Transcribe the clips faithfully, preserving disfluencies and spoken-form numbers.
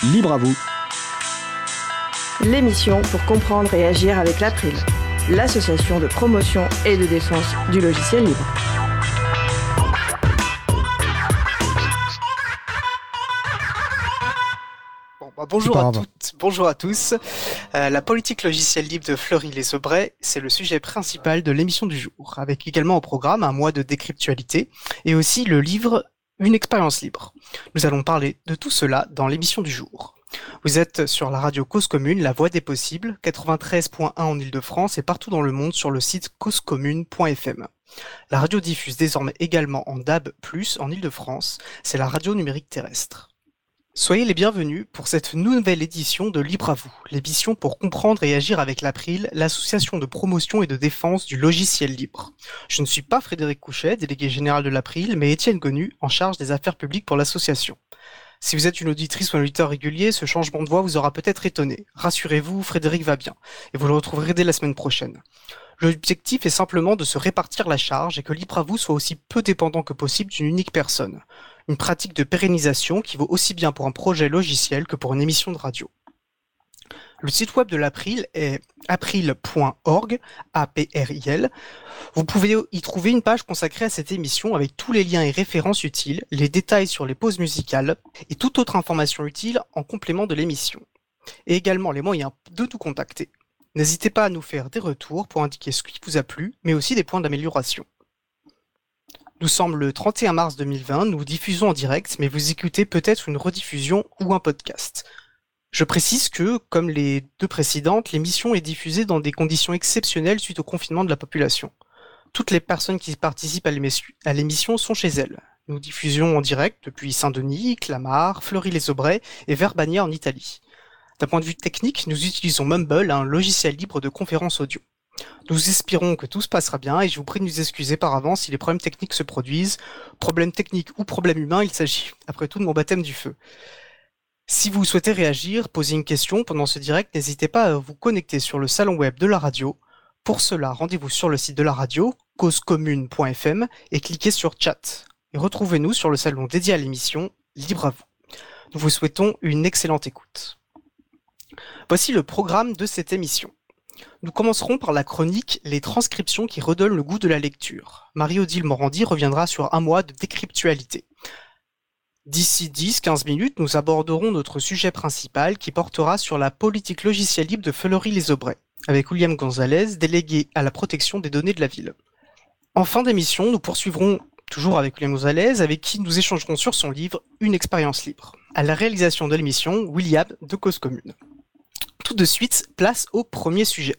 Libre à vous. L'émission pour comprendre et agir avec l'April, l'association de promotion et de défense du logiciel libre. Bon, bah, bonjour à toutes, bonjour à tous. Euh, la politique logicielle libre de Fleury-les-Aubrais, c'est le sujet principal de l'émission du jour, avec également au programme un mois de décryptualité et aussi le livre Une expérience libre. Nous allons parler de tout cela dans l'émission du jour. Vous êtes sur la radio Cause Commune, la voix des possibles, quatre-vingt-treize point un en Ile-de-France et partout dans le monde sur le site cause commune point f m. La radio diffuse désormais également en D A B plus, en Ile-de-France, c'est la radio numérique terrestre. Soyez les bienvenus pour cette nouvelle édition de Libre à vous, l'émission pour comprendre et agir avec l'April, l'association de promotion et de défense du logiciel libre. Je ne suis pas Frédéric Couchet, délégué général de l'April, mais Étienne Gonu, en charge des affaires publiques pour l'association. Si vous êtes une auditrice ou un auditeur régulier, ce changement de voix vous aura peut-être étonné. Rassurez-vous, Frédéric va bien, et vous le retrouverez dès la semaine prochaine. L'objectif est simplement de se répartir la charge et que Libre à vous soit aussi peu dépendant que possible d'une unique personne. Une pratique de pérennisation qui vaut aussi bien pour un projet logiciel que pour une émission de radio. Le site web de l'April est april point org, A P R I L. Vous pouvez y trouver une page consacrée à cette émission avec tous les liens et références utiles, les détails sur les pauses musicales et toute autre information utile en complément de l'émission. Et également les moyens de nous contacter. N'hésitez pas à nous faire des retours pour indiquer ce qui vous a plu, mais aussi des points d'amélioration. Nous sommes le trente et un mars deux mille vingt, nous diffusons en direct, mais vous écoutez peut-être une rediffusion ou un podcast. Je précise que, comme les deux précédentes, l'émission est diffusée dans des conditions exceptionnelles suite au confinement de la population. Toutes les personnes qui participent à l'émission sont chez elles. Nous diffusions en direct depuis Saint-Denis, Clamart, Fleury-les-Aubrais et Verbania en Italie. D'un point de vue technique, nous utilisons Mumble, un logiciel libre de conférence audio. Nous espérons que tout se passera bien et je vous prie de nous excuser par avance si les problèmes techniques se produisent. Problèmes techniques ou problèmes humains, il s'agit après tout de mon baptême du feu. Si vous souhaitez réagir, poser une question pendant ce direct, n'hésitez pas à vous connecter sur le salon web de la radio. Pour cela, rendez-vous sur le site de la radio, cause commune point f m, et cliquez sur Chat. Et retrouvez-nous sur le salon dédié à l'émission Libre à vous. Nous vous souhaitons une excellente écoute. Voici le programme de cette émission. Nous commencerons par la chronique « Les transcriptions qui redonnent le goût de la lecture ». Marie-Odile Morandi reviendra sur un mois de décryptualité. D'ici dix à quinze minutes, nous aborderons notre sujet principal qui portera sur la politique logicielle libre de Fleury-les-Aubrais, avec William Gonzalez, délégué à la protection des données de la ville. En fin d'émission, nous poursuivrons, toujours avec William Gonzalez, avec qui nous échangerons sur son livre « Une expérience libre ». À la réalisation de l'émission, William de Cause Commune. Tout de suite, place au premier sujet.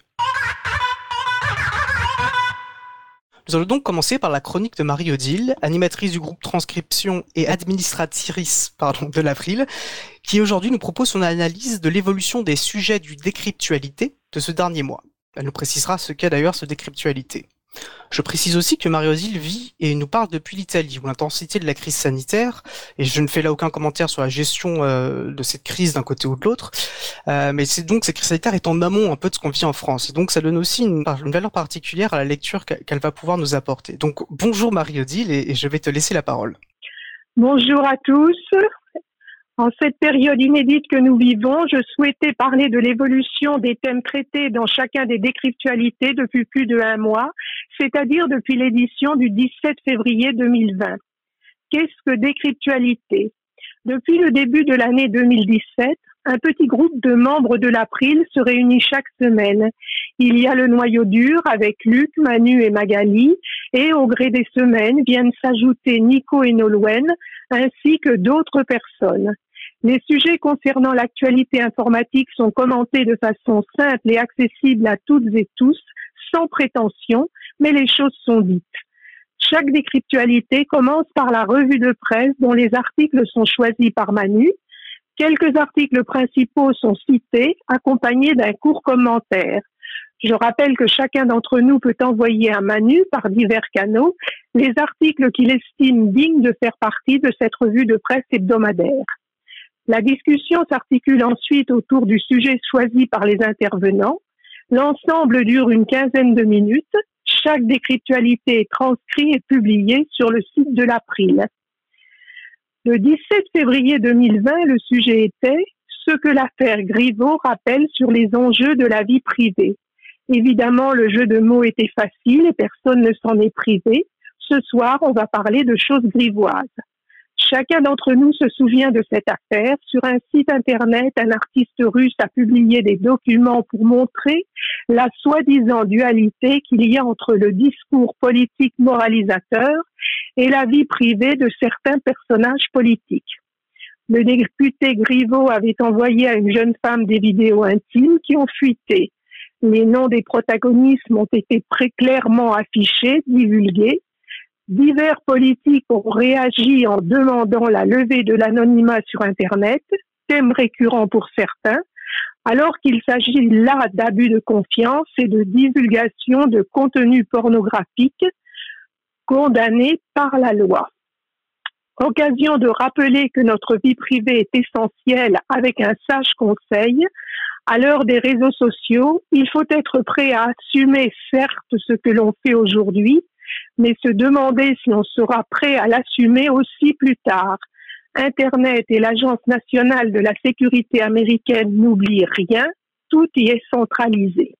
Nous allons donc commencer par la chronique de Marie-Odile, animatrice du groupe Transcription et administratrice pardon, de l'April, qui aujourd'hui nous propose son analyse de l'évolution des sujets du décryptualité de ce dernier mois. Elle nous précisera ce qu'est d'ailleurs ce décryptualité. Je précise aussi que Marie-Odile vit et nous parle depuis l'Italie, où l'intensité de la crise sanitaire, et je ne fais là aucun commentaire sur la gestion euh, de cette crise d'un côté ou de l'autre, euh, mais c'est donc cette crise sanitaire est en amont un peu de ce qu'on vit en France, et donc ça donne aussi une, une valeur particulière à la lecture qu'elle va pouvoir nous apporter. Donc bonjour Marie-Odile, et, et je vais te laisser la parole. Bonjour à tous. En cette période inédite que nous vivons, je souhaitais parler de l'évolution des thèmes traités dans chacun des décryptualités depuis plus de un mois, c'est-à-dire depuis l'édition du dix-sept février deux mille vingt. Qu'est-ce que décryptualité ? Depuis le début de l'année deux mille dix-sept, un petit groupe de membres de l'April se réunit chaque semaine. Il y a le noyau dur avec Luc, Manu et Magali, et au gré des semaines viennent s'ajouter Nico et Nolwenn, ainsi que d'autres personnes. Les sujets concernant l'actualité informatique sont commentés de façon simple et accessible à toutes et tous, sans prétention, mais les choses sont dites. Chaque décryptualité commence par la revue de presse dont les articles sont choisis par Manu. Quelques articles principaux sont cités, accompagnés d'un court commentaire. Je rappelle que chacun d'entre nous peut envoyer à Manu, par divers canaux, les articles qu'il estime dignes de faire partie de cette revue de presse hebdomadaire. La discussion s'articule ensuite autour du sujet choisi par les intervenants. L'ensemble dure une quinzaine de minutes. Chaque décryptualité est transcrite et publiée sur le site de l'April. Le dix-sept février deux mille vingt, le sujet était « ce que l'affaire Griveaux rappelle sur les enjeux de la vie privée. Évidemment, le jeu de mots était facile et personne ne s'en est privé. Ce soir, on va parler de choses grivoises. Chacun d'entre nous se souvient de cette affaire. Sur un site internet, un artiste russe a publié des documents pour montrer la soi-disant dualité qu'il y a entre le discours politique moralisateur et la vie privée de certains personnages politiques. Le député Griveaux avait envoyé à une jeune femme des vidéos intimes qui ont fuité. Les noms des protagonistes ont été très clairement affichés, divulgués. Divers politiques ont réagi en demandant la levée de l'anonymat sur Internet, thème récurrent pour certains, alors qu'il s'agit là d'abus de confiance et de divulgation de contenu pornographique condamné par la loi. Occasion de rappeler que notre vie privée est essentielle avec un sage conseil. À l'heure des réseaux sociaux, il faut être prêt à assumer certes ce que l'on fait aujourd'hui, mais se demander si on sera prêt à l'assumer aussi plus tard. Internet et l'Agence nationale de la sécurité américaine n'oublient rien, tout y est centralisé.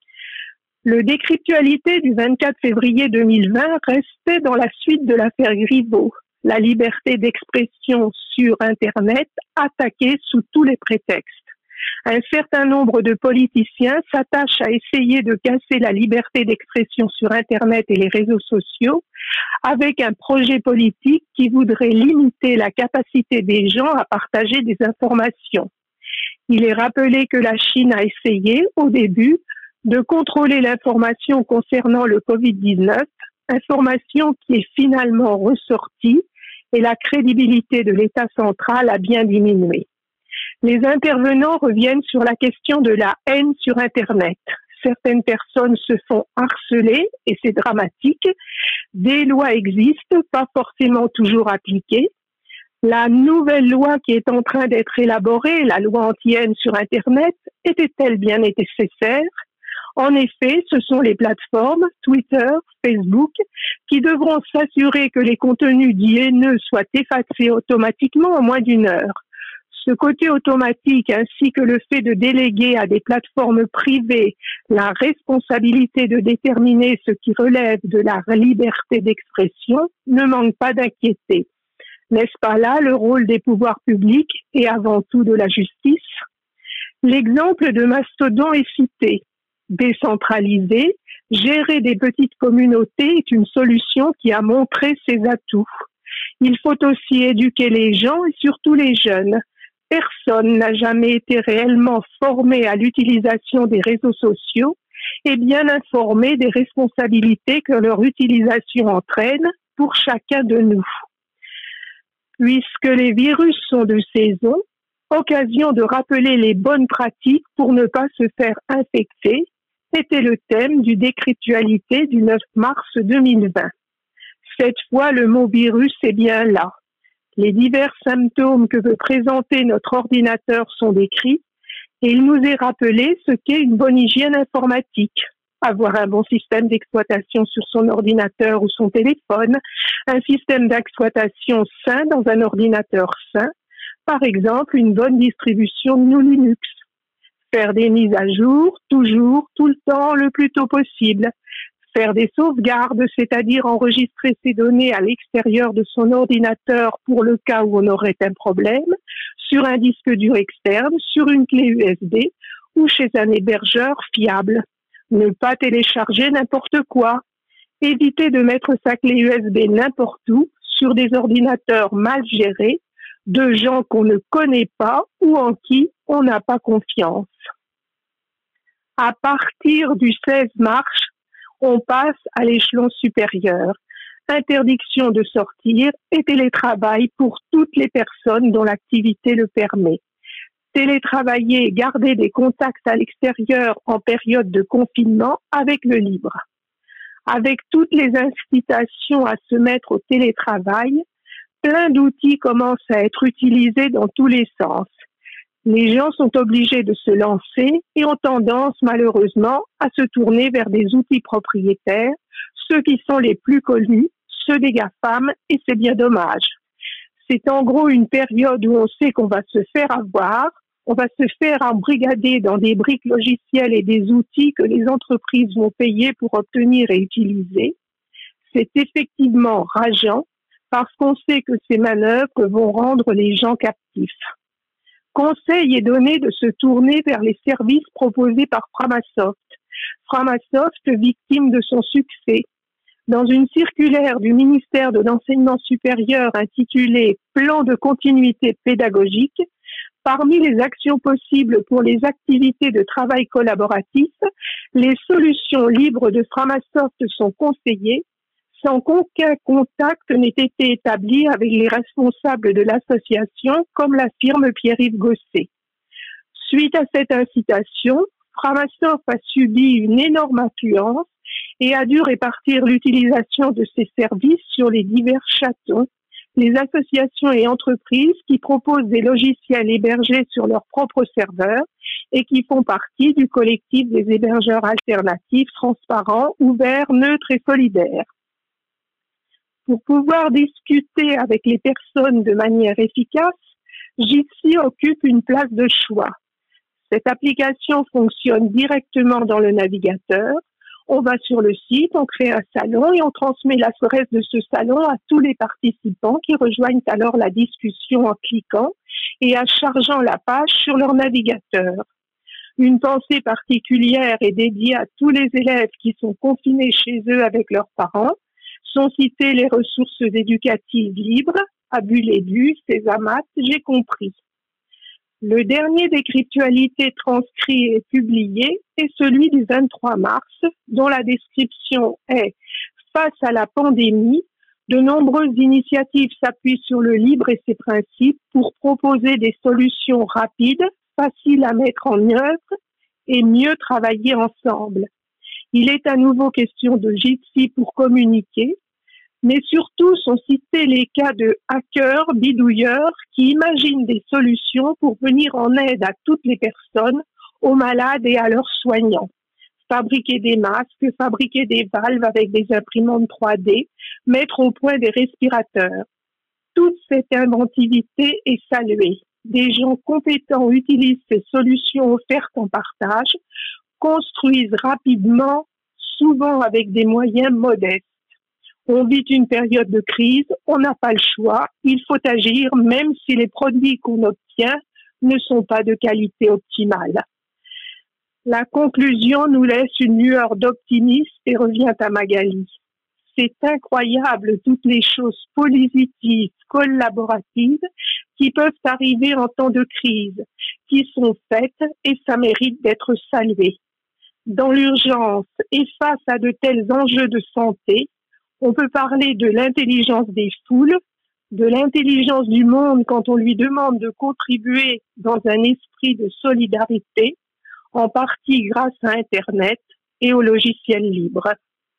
Le Décryptualité du vingt-quatre février deux mille vingt restait dans la suite de l'affaire Griveaux, la liberté d'expression sur Internet attaquée sous tous les prétextes. Un certain nombre de politiciens s'attachent à essayer de casser la liberté d'expression sur Internet et les réseaux sociaux avec un projet politique qui voudrait limiter la capacité des gens à partager des informations. Il est rappelé que la Chine a essayé, au début, de contrôler l'information concernant le covid dix-neuf, information qui est finalement ressortie et la crédibilité de l'État central a bien diminué. Les intervenants reviennent sur la question de la haine sur Internet. Certaines personnes se font harceler et c'est dramatique. Des lois existent, pas forcément toujours appliquées. La nouvelle loi qui est en train d'être élaborée, la loi anti-haine sur Internet, était-elle bien nécessaire ? En effet, ce sont les plateformes, Twitter, Facebook, qui devront s'assurer que les contenus dits haineux soient effacés automatiquement en moins d'une heure. Ce côté automatique ainsi que le fait de déléguer à des plateformes privées la responsabilité de déterminer ce qui relève de la liberté d'expression ne manque pas d'inquiéter. N'est-ce pas là le rôle des pouvoirs publics et avant tout de la justice ? L'exemple de Mastodon est cité. Décentraliser, gérer des petites communautés est une solution qui a montré ses atouts. Il faut aussi éduquer les gens et surtout les jeunes. Personne n'a jamais été réellement formé à l'utilisation des réseaux sociaux et bien informé des responsabilités que leur utilisation entraîne pour chacun de nous. Puisque les virus sont de saison, occasion de rappeler les bonnes pratiques pour ne pas se faire infecter, était le thème du Décryptualité du neuf mars deux mille vingt. Cette fois, le mot virus est bien là. Les divers symptômes que veut présenter notre ordinateur sont décrits et il nous est rappelé ce qu'est une bonne hygiène informatique. Avoir un bon système d'exploitation sur son ordinateur ou son téléphone, un système d'exploitation sain dans un ordinateur sain, par exemple une bonne distribution de GNU Linux. Faire des mises à jour, toujours, tout le temps, le plus tôt possible. Faire des sauvegardes, c'est-à-dire enregistrer ses données à l'extérieur de son ordinateur pour le cas où on aurait un problème, sur un disque dur externe, sur une clé U S B ou chez un hébergeur fiable. Ne pas télécharger n'importe quoi. Éviter de mettre sa clé U S B n'importe où, sur des ordinateurs mal gérés, de gens qu'on ne connaît pas ou en qui on n'a pas confiance. À partir du seize mars, on passe à l'échelon supérieur. Interdiction de sortir et télétravail pour toutes les personnes dont l'activité le permet. Télétravailler et garder des contacts à l'extérieur en période de confinement avec le libre. Avec toutes les incitations à se mettre au télétravail, plein d'outils commencent à être utilisés dans tous les sens. Les gens sont obligés de se lancer et ont tendance, malheureusement, à se tourner vers des outils propriétaires, ceux qui sont les plus connus, ceux des GAFAM, et c'est bien dommage. C'est en gros une période où on sait qu'on va se faire avoir, On va se faire embrigader dans des briques logicielles et des outils que les entreprises vont payer pour obtenir et utiliser. C'est effectivement rageant parce qu'on sait que ces manœuvres vont rendre les gens captifs. Conseil est donné de se tourner vers les services proposés par Framasoft. Framasoft, victime de son succès. Dans une circulaire du ministère de l'Enseignement supérieur intitulée « Plan de continuité pédagogique », parmi les actions possibles pour les activités de travail collaboratif, les solutions libres de Framasoft sont conseillées, sans qu'aucun contact n'ait été établi avec les responsables de l'association, comme l'affirme Pierre-Yves Gosset. Suite à cette incitation, Framasoft a subi une énorme influence et a dû répartir l'utilisation de ses services sur les divers chatons, les associations et entreprises qui proposent des logiciels hébergés sur leurs propres serveurs et qui font partie du collectif des hébergeurs alternatifs, transparents, ouverts, neutres et solidaires. Pour pouvoir discuter avec les personnes de manière efficace, Jitsi occupe une place de choix. Cette application fonctionne directement dans le navigateur. On va sur le site, on crée un salon et on transmet l'adresse de ce salon à tous les participants qui rejoignent alors la discussion en cliquant et en chargeant la page sur leur navigateur. Une pensée particulière est dédiée à tous les élèves qui sont confinés chez eux avec leurs parents. Sont citées les ressources éducatives libres, Abulédu, Césamat, J'ai compris. Le dernier Décryptualité transcrit et publié est celui du vingt-trois mars, dont la description est « Face à la pandémie, de nombreuses initiatives s'appuient sur le libre et ses principes pour proposer des solutions rapides, faciles à mettre en œuvre et mieux travailler ensemble. Il est à nouveau question de Jitsi pour communiquer, mais surtout sont cités les cas de hackers, bidouilleurs qui imaginent des solutions pour venir en aide à toutes les personnes, aux malades et à leurs soignants. Fabriquer des masques, fabriquer des valves avec des imprimantes trois D, mettre au point des respirateurs. Toute cette inventivité est saluée. Des gens compétents utilisent ces solutions offertes en partage, construisent rapidement, souvent avec des moyens modestes. On vit une période de crise, on n'a pas le choix, il faut agir même si les produits qu'on obtient ne sont pas de qualité optimale. La conclusion nous laisse une lueur d'optimisme et revient à Magali. C'est incroyable toutes les choses positives, collaboratives qui peuvent arriver en temps de crise, qui sont faites et ça mérite d'être salué. Dans l'urgence et face à de tels enjeux de santé, on peut parler de l'intelligence des foules, de l'intelligence du monde quand on lui demande de contribuer dans un esprit de solidarité, en partie grâce à Internet et aux logiciels libres.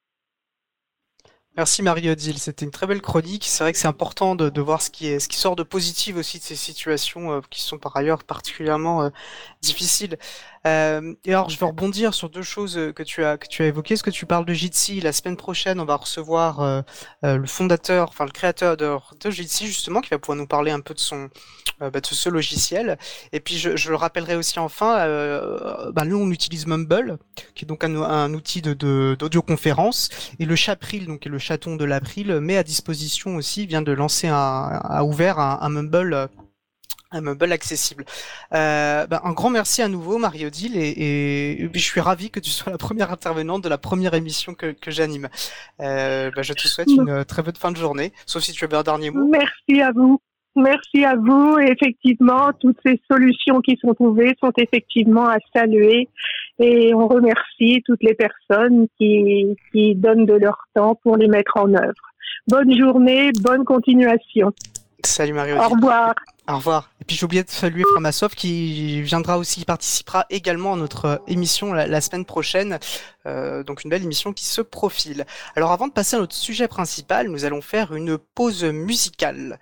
Merci Marie-Odile, c'était une très belle chronique. C'est vrai que c'est important de, de voir ce qui, est, ce qui sort de positif aussi de ces situations euh, qui sont par ailleurs particulièrement euh, difficiles. Euh, et alors je vais rebondir sur deux choses que tu as que tu as évoquées. Ce que tu parles de Jitsi, la semaine prochaine on va recevoir euh, euh, le fondateur, enfin le créateur de, de Jitsi justement, qui va pouvoir nous parler un peu de son euh, bah, de ce logiciel. Et puis je, je le rappellerai aussi enfin, euh, bah, nous on utilise Mumble, qui est donc un, un outil de, de d'audioconférence, et le Chapril, donc qui est le chaton de l'April, met à disposition aussi, vient de lancer un, a ouvert un, un Mumble. Un Mumble accessible. Euh, ben, un grand merci à nouveau, Marie-Odile, et, et, et je suis ravi que tu sois la première intervenante de la première émission que, que j'anime. Euh, ben, je te souhaite une très bonne fin de journée, sauf si tu avais un dernier mot. Merci à vous. Merci à vous. Et effectivement, toutes ces solutions qui sont trouvées sont effectivement à saluer. Et on remercie toutes les personnes qui, qui donnent de leur temps pour les mettre en œuvre. Bonne journée, bonne continuation. Salut Marie-Odile. Au revoir. Au revoir. Et puis j'ai oublié de saluer Framasoft qui viendra aussi, participera également à notre émission la, la semaine prochaine. Euh, donc une belle émission qui se profile. Alors avant de passer à notre sujet principal, nous allons faire une pause musicale.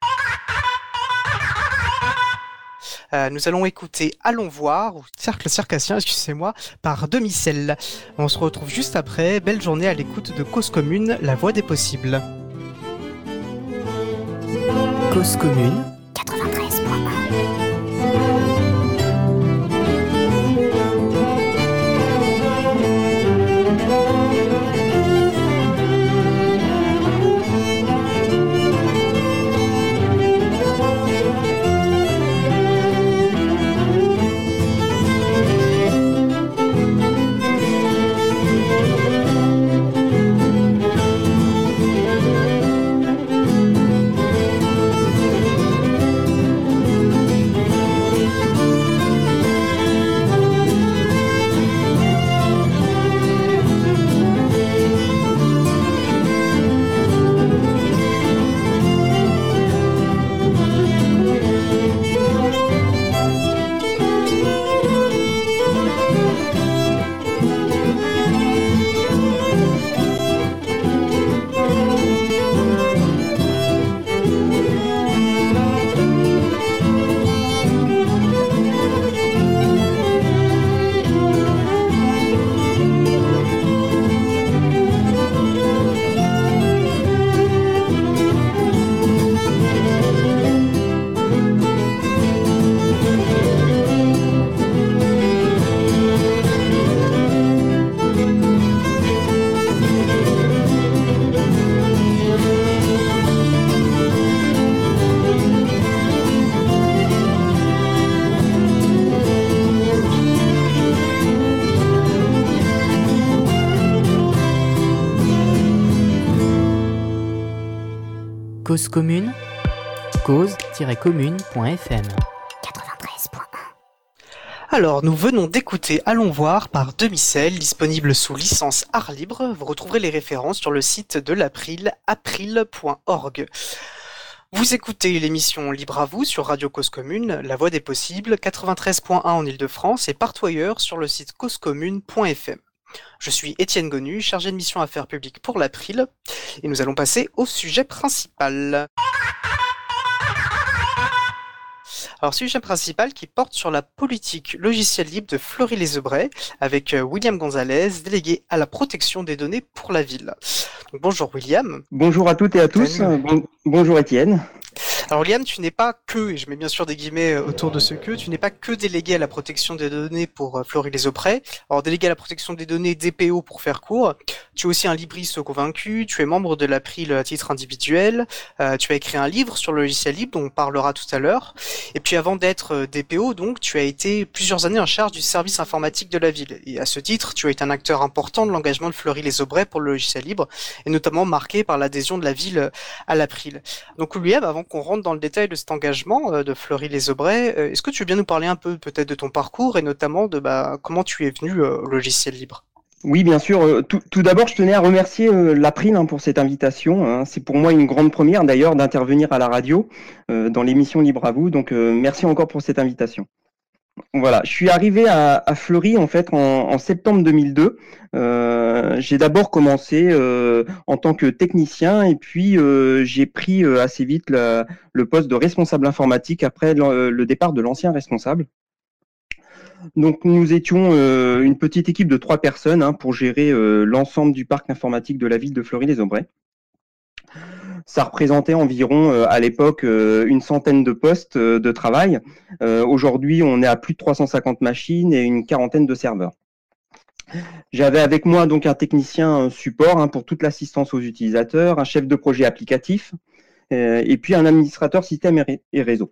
Euh, nous allons écouter Allons voir, ou Cercle Circassien, excusez-moi, par Demi-Sel. On se retrouve juste après. Belle journée à l'écoute de Cause Commune, la voix des possibles. Cause Commune quatre-vingt-treize point un. Cause commune, cause tiret commune point f m. quatre-vingt-treize point un. Alors, nous venons d'écouter Allons voir par Demi-Sel, disponible sous licence art libre. Vous retrouverez les références sur le site de l'April, april point org. Vous écoutez l'émission Libre à vous sur Radio Cause Commune, La Voix des Possibles, quatre-vingt-treize point un en Ile-de-France et partout ailleurs sur le site cause commune point f m. Je suis Étienne Gonu, chargé de mission Affaires publiques pour l'April, et nous allons passer au sujet principal. Alors, sujet principal qui porte sur la politique logicielle libre de Fleury-les-Aubrais avec William Gonzalez, délégué à la protection des données pour la ville. Donc, bonjour William. Bonjour à toutes et à tous. Bon, bonjour Étienne. Alors William, tu n'es pas que, et je mets bien sûr des guillemets autour de ce que, tu n'es pas que délégué à la protection des données pour Fleury-les-Aubrais. Alors délégué à la protection des données D P O pour faire court, tu es aussi un libriste convaincu, tu es membre de l'April à titre individuel, euh, tu as écrit un livre sur le logiciel libre dont on parlera tout à l'heure, et puis avant d'être D P O, donc, tu as été plusieurs années en charge du service informatique de la ville. Et à ce titre, tu as été un acteur important de l'engagement de Fleury-les-Aubrais pour le logiciel libre, et notamment marqué par l'adhésion de la ville à l'April. Donc William, avant qu'on rentre dans le détail de cet engagement de Fleury-les-Aubrais, est-ce que tu veux bien nous parler un peu peut-être de ton parcours et notamment de bah, comment tu es venu euh, au logiciel libre? Oui, bien sûr. Tout, tout d'abord, je tenais à remercier euh, l'April hein, pour cette invitation. Hein. C'est pour moi une grande première d'ailleurs d'intervenir à la radio euh, dans l'émission Libre à vous. Donc euh, merci encore pour cette invitation. Voilà, je suis arrivé à, à Fleury en fait en, en septembre deux mille deux. Euh, j'ai d'abord commencé euh, en tant que technicien et puis euh, j'ai pris euh, assez vite la, le poste de responsable informatique après le, le départ de l'ancien responsable. Donc nous étions euh, une petite équipe de trois personnes hein, pour gérer euh, l'ensemble du parc informatique de la ville de Fleury-les-Aubrais. Ça représentait environ euh, à l'époque euh, une centaine de postes euh, de travail. Euh, aujourd'hui, on est à plus de trois cent cinquante machines et une quarantaine de serveurs. J'avais avec moi donc un technicien support hein, pour toute l'assistance aux utilisateurs, un chef de projet applicatif euh, et puis un administrateur système et, et réseau.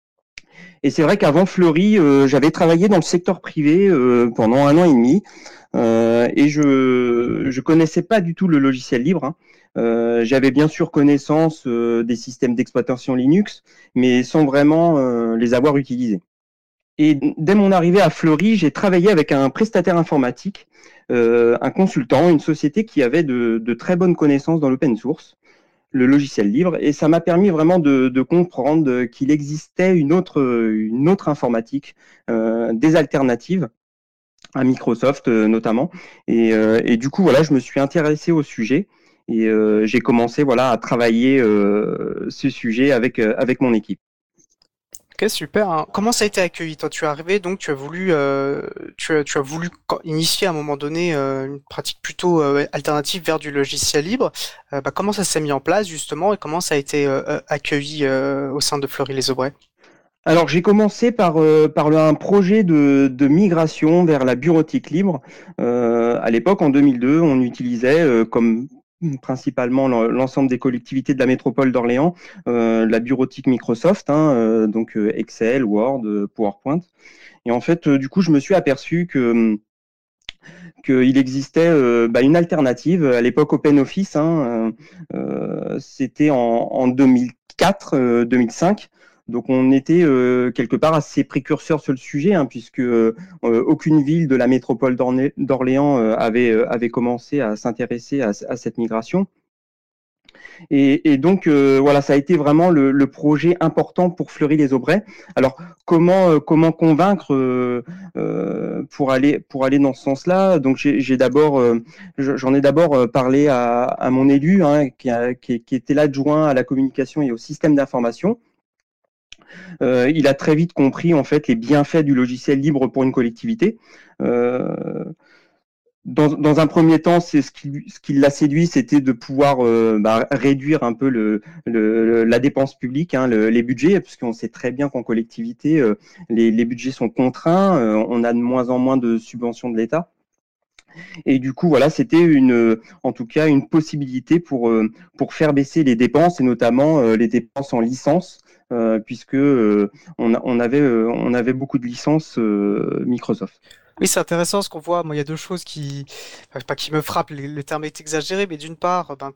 Et c'est vrai qu'avant Fleury, euh, j'avais travaillé dans le secteur privé euh, pendant un an et demi euh, et je je connaissais pas du tout le logiciel libre. Hein. Euh, j'avais bien sûr connaissance euh, des systèmes d'exploitation Linux, mais sans vraiment euh, les avoir utilisés. Et dès mon arrivée à Fleury, j'ai travaillé avec un prestataire informatique, euh, un consultant, une société qui avait de, de très bonnes connaissances dans l'open source, le logiciel libre, et ça m'a permis vraiment de, de comprendre qu'il existait une autre, une autre informatique, euh, des alternatives à Microsoft euh, notamment. Et, euh, et du coup, voilà, je me suis intéressé au sujet. Et euh, j'ai commencé voilà, à travailler euh, ce sujet avec, euh, avec mon équipe. Ok, super. Hein. Comment ça a été accueilli? Toi, tu es arrivé, donc tu as voulu, euh, tu as, tu as voulu initier à un moment donné euh, une pratique plutôt euh, alternative vers du logiciel libre. Euh, bah, comment ça s'est mis en place justement et comment ça a été euh, accueilli euh, au sein de Fleury-les-Aubrais? Alors j'ai commencé par, euh, par un projet de, de migration vers la bureautique libre. Euh, à l'époque, en deux mille deux, on utilisait euh, comme principalement l'ensemble des collectivités de la métropole d'Orléans, euh, la bureautique Microsoft, hein, euh, donc euh, Excel, Word, euh, PowerPoint. Et en fait, euh, du coup, je me suis aperçu que qu'il existait euh, bah, une alternative. À l'époque, OpenOffice, hein, euh, c'était en, en deux mille quatre, euh, deux mille cinq. Donc on était euh, quelque part assez précurseurs sur le sujet, hein, puisque euh, aucune ville de la métropole d'Orléans euh, avait, euh, avait commencé à s'intéresser à, à cette migration. Et, et donc euh, voilà, ça a été vraiment le, le projet important pour Fleury-les-Aubrais. Alors comment euh, comment convaincre euh, euh, pour aller pour aller dans ce sens-là? Donc j'ai, j'ai d'abord euh, j'en ai d'abord parlé à, à mon élu, hein, qui, a, qui, qui était l'adjoint à la communication et au système d'information. Euh, il a très vite compris en fait les bienfaits du logiciel libre pour une collectivité. Euh, dans, dans un premier temps, c'est ce qui, ce qui l'a séduit, c'était de pouvoir euh, bah, réduire un peu le, le, la dépense publique, hein, le, les budgets, parce qu'on sait très bien qu'en collectivité, euh, les, les budgets sont contraints, euh, on a de moins en moins de subventions de l'État. Et du coup, voilà, c'était une, en tout cas, une possibilité pour pour faire baisser les dépenses et notamment euh, les dépenses en licence. Euh, puisque euh, on, a, on, avait, euh, on avait beaucoup de licences euh, Microsoft. Oui, c'est intéressant ce qu'on voit. Moi, il y a deux choses qui, enfin, pas qui me frappent, le terme est exagéré, mais d'une part, ben, que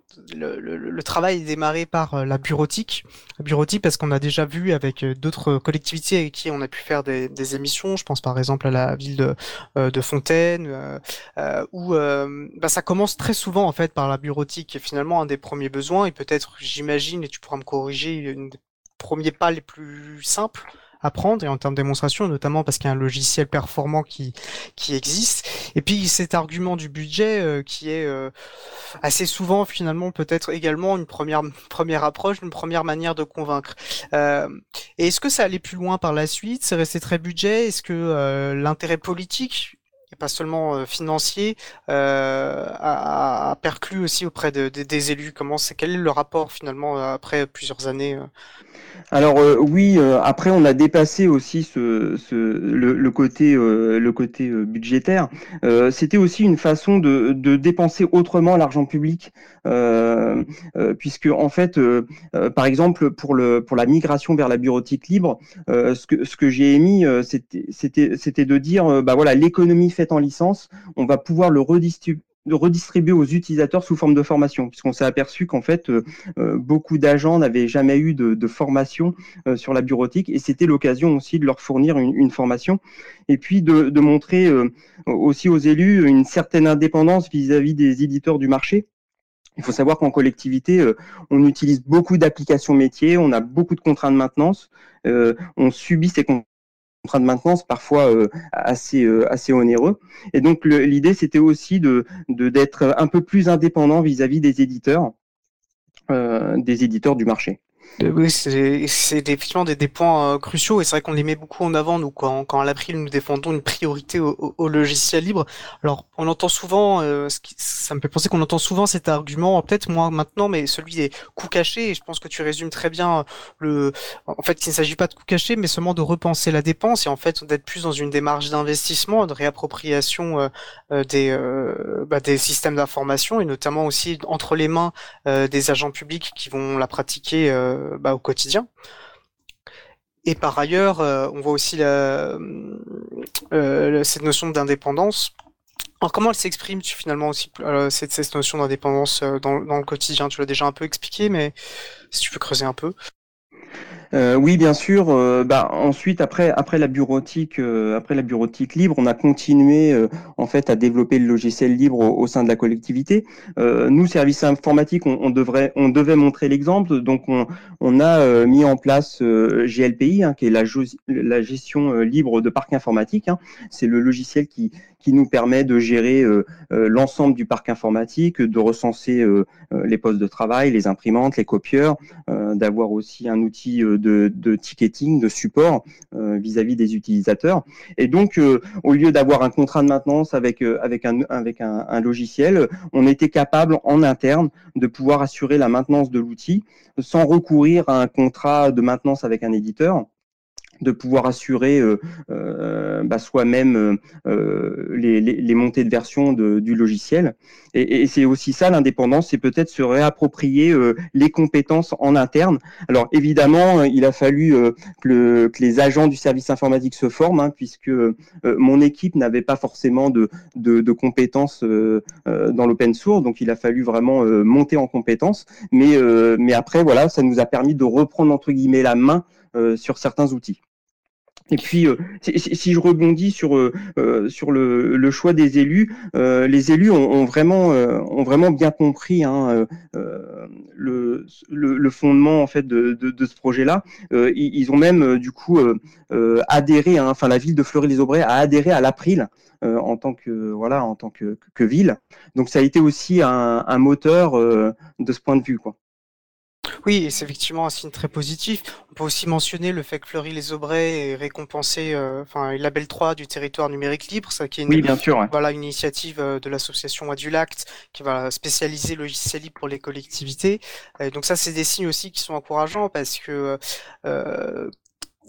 le, le, le travail est démarré par la bureautique. La bureautique parce qu'on a déjà vu avec d'autres collectivités avec qui on a pu faire des, des émissions. Je pense par exemple à la ville de, de Fontaine, euh, euh, où euh, bah, ça commence très souvent en fait par la bureautique, qui est finalement un des premiers besoins et peut-être, j'imagine, et tu pourras me corriger, une des premiers pas les plus simples à prendre, et en termes de démonstration, notamment parce qu'il y a un logiciel performant qui qui existe. Et puis cet argument du budget euh, qui est euh, assez souvent finalement peut-être également une première première approche, une première manière de convaincre. Euh, et est-ce que ça allait plus loin par la suite? C'est resté très budget? Est-ce que euh, l'intérêt politique et pas seulement euh, financier euh, a, a perclus aussi auprès de, de, des élus? Comment c'est Quel est le rapport finalement après plusieurs années euh... Alors euh, oui, euh, après on a dépassé aussi ce, ce le, le côté euh, le côté euh, budgétaire. Euh, c'était aussi une façon de, de dépenser autrement l'argent public, euh, euh, puisque en fait, euh, euh, par exemple pour le pour la migration vers la bureautique libre, euh, ce que ce que j'ai émis, euh, c'était c'était c'était de dire euh, bah voilà, l'économie faite en licence, on va pouvoir le redistribuer de redistribuer aux utilisateurs sous forme de formation, puisqu'on s'est aperçu qu'en fait, euh, beaucoup d'agents n'avaient jamais eu de, de formation euh, sur la bureautique, et c'était l'occasion aussi de leur fournir une, une formation, et puis de, de montrer euh, aussi aux élus une certaine indépendance vis-à-vis des éditeurs du marché. Il faut savoir qu'en collectivité, euh, on utilise beaucoup d'applications métiers, on a beaucoup de contrats de maintenance, euh, on subit ces contrats contrat de maintenance parfois euh, assez euh, assez onéreux, et donc le, l'idée c'était aussi de, de d'être un peu plus indépendant vis-à-vis des éditeurs euh, des éditeurs du marché. Oui, c'est, c'est effectivement des, des points euh, cruciaux, et c'est vrai qu'on les met beaucoup en avant, nous, quand, quand à l'April, nous défendons une priorité au, au, au logiciel libre. Alors, on entend souvent, euh, ce qui, ça me fait penser qu'on entend souvent cet argument, peut-être moins maintenant, mais celui des coûts cachés, et je pense que tu résumes très bien le, en fait, qu'il ne s'agit pas de coûts cachés, mais seulement de repenser la dépense, et en fait, d'être plus dans une démarche d'investissement, de réappropriation euh, euh, des, euh, bah, des systèmes d'information, et notamment aussi entre les mains euh, des agents publics qui vont la pratiquer euh, Bah, au quotidien. Et par ailleurs, euh, on voit aussi la, euh, cette notion d'indépendance. Alors comment elle s'exprime tu, finalement aussi euh, cette, cette notion d'indépendance euh, dans, dans le quotidien? Tu l'as déjà un peu expliqué, mais si tu peux creuser un peu. Euh, oui, bien sûr. Euh, bah, ensuite, après, après la bureautique, euh, après la bureautique libre, on a continué euh, en fait à développer le logiciel libre au, au sein de la collectivité. Euh, nous, services informatiques, on, on devrait, on devait montrer l'exemple. Donc, on, on a euh, mis en place euh, G L P I, hein, qui est la, la gestion euh, libre de parc informatique. Hein. C'est le logiciel qui qui nous permet de gérer euh, euh, l'ensemble du parc informatique, de recenser euh, euh, les postes de travail, les imprimantes, les copieurs, euh, d'avoir aussi un outil euh, de, de ticketing, de support euh, vis-à-vis des utilisateurs. Et donc, euh, au lieu d'avoir un contrat de maintenance avec euh, avec un avec un, un logiciel, on était capable en interne de pouvoir assurer la maintenance de l'outil sans recourir à un contrat de maintenance avec un éditeur, de pouvoir assurer euh, euh, bah, soi-même euh, les, les, les montées de version de, du logiciel. Et, et c'est aussi ça l'indépendance, c'est peut-être se réapproprier euh, les compétences en interne. Alors évidemment, il a fallu euh, que, le, que les agents du service informatique se forment, hein, puisque euh, mon équipe n'avait pas forcément de, de, de compétences euh, euh, dans l'open source, donc il a fallu vraiment euh, monter en compétences. Mais, euh, mais après, voilà, ça nous a permis de reprendre entre guillemets la main euh, sur certains outils. Et puis, euh, si, si je rebondis sur euh, sur le, le choix des élus, euh, les élus ont, ont vraiment euh, ont vraiment bien compris hein, euh, le, le le fondement en fait de de, de ce projet-là. Euh, ils, ils ont même euh, du coup euh, euh, adhéré, hein, enfin la ville de Fleury-les-Aubrais a adhéré à l'April euh, en tant que voilà en tant que, que ville. Donc ça a été aussi un, un moteur euh, de ce point de vue, quoi. Oui, et c'est effectivement un signe très positif. On peut aussi mentionner le fait que Fleury-les-Aubrais est récompensé, euh, enfin, le label trois du territoire numérique libre, ça qui est une, oui, bien sûr, ouais. Voilà, une initiative de l'association Adulact qui va spécialiser le logiciel libre pour les collectivités. Et donc ça, c'est des signes aussi qui sont encourageants parce que euh,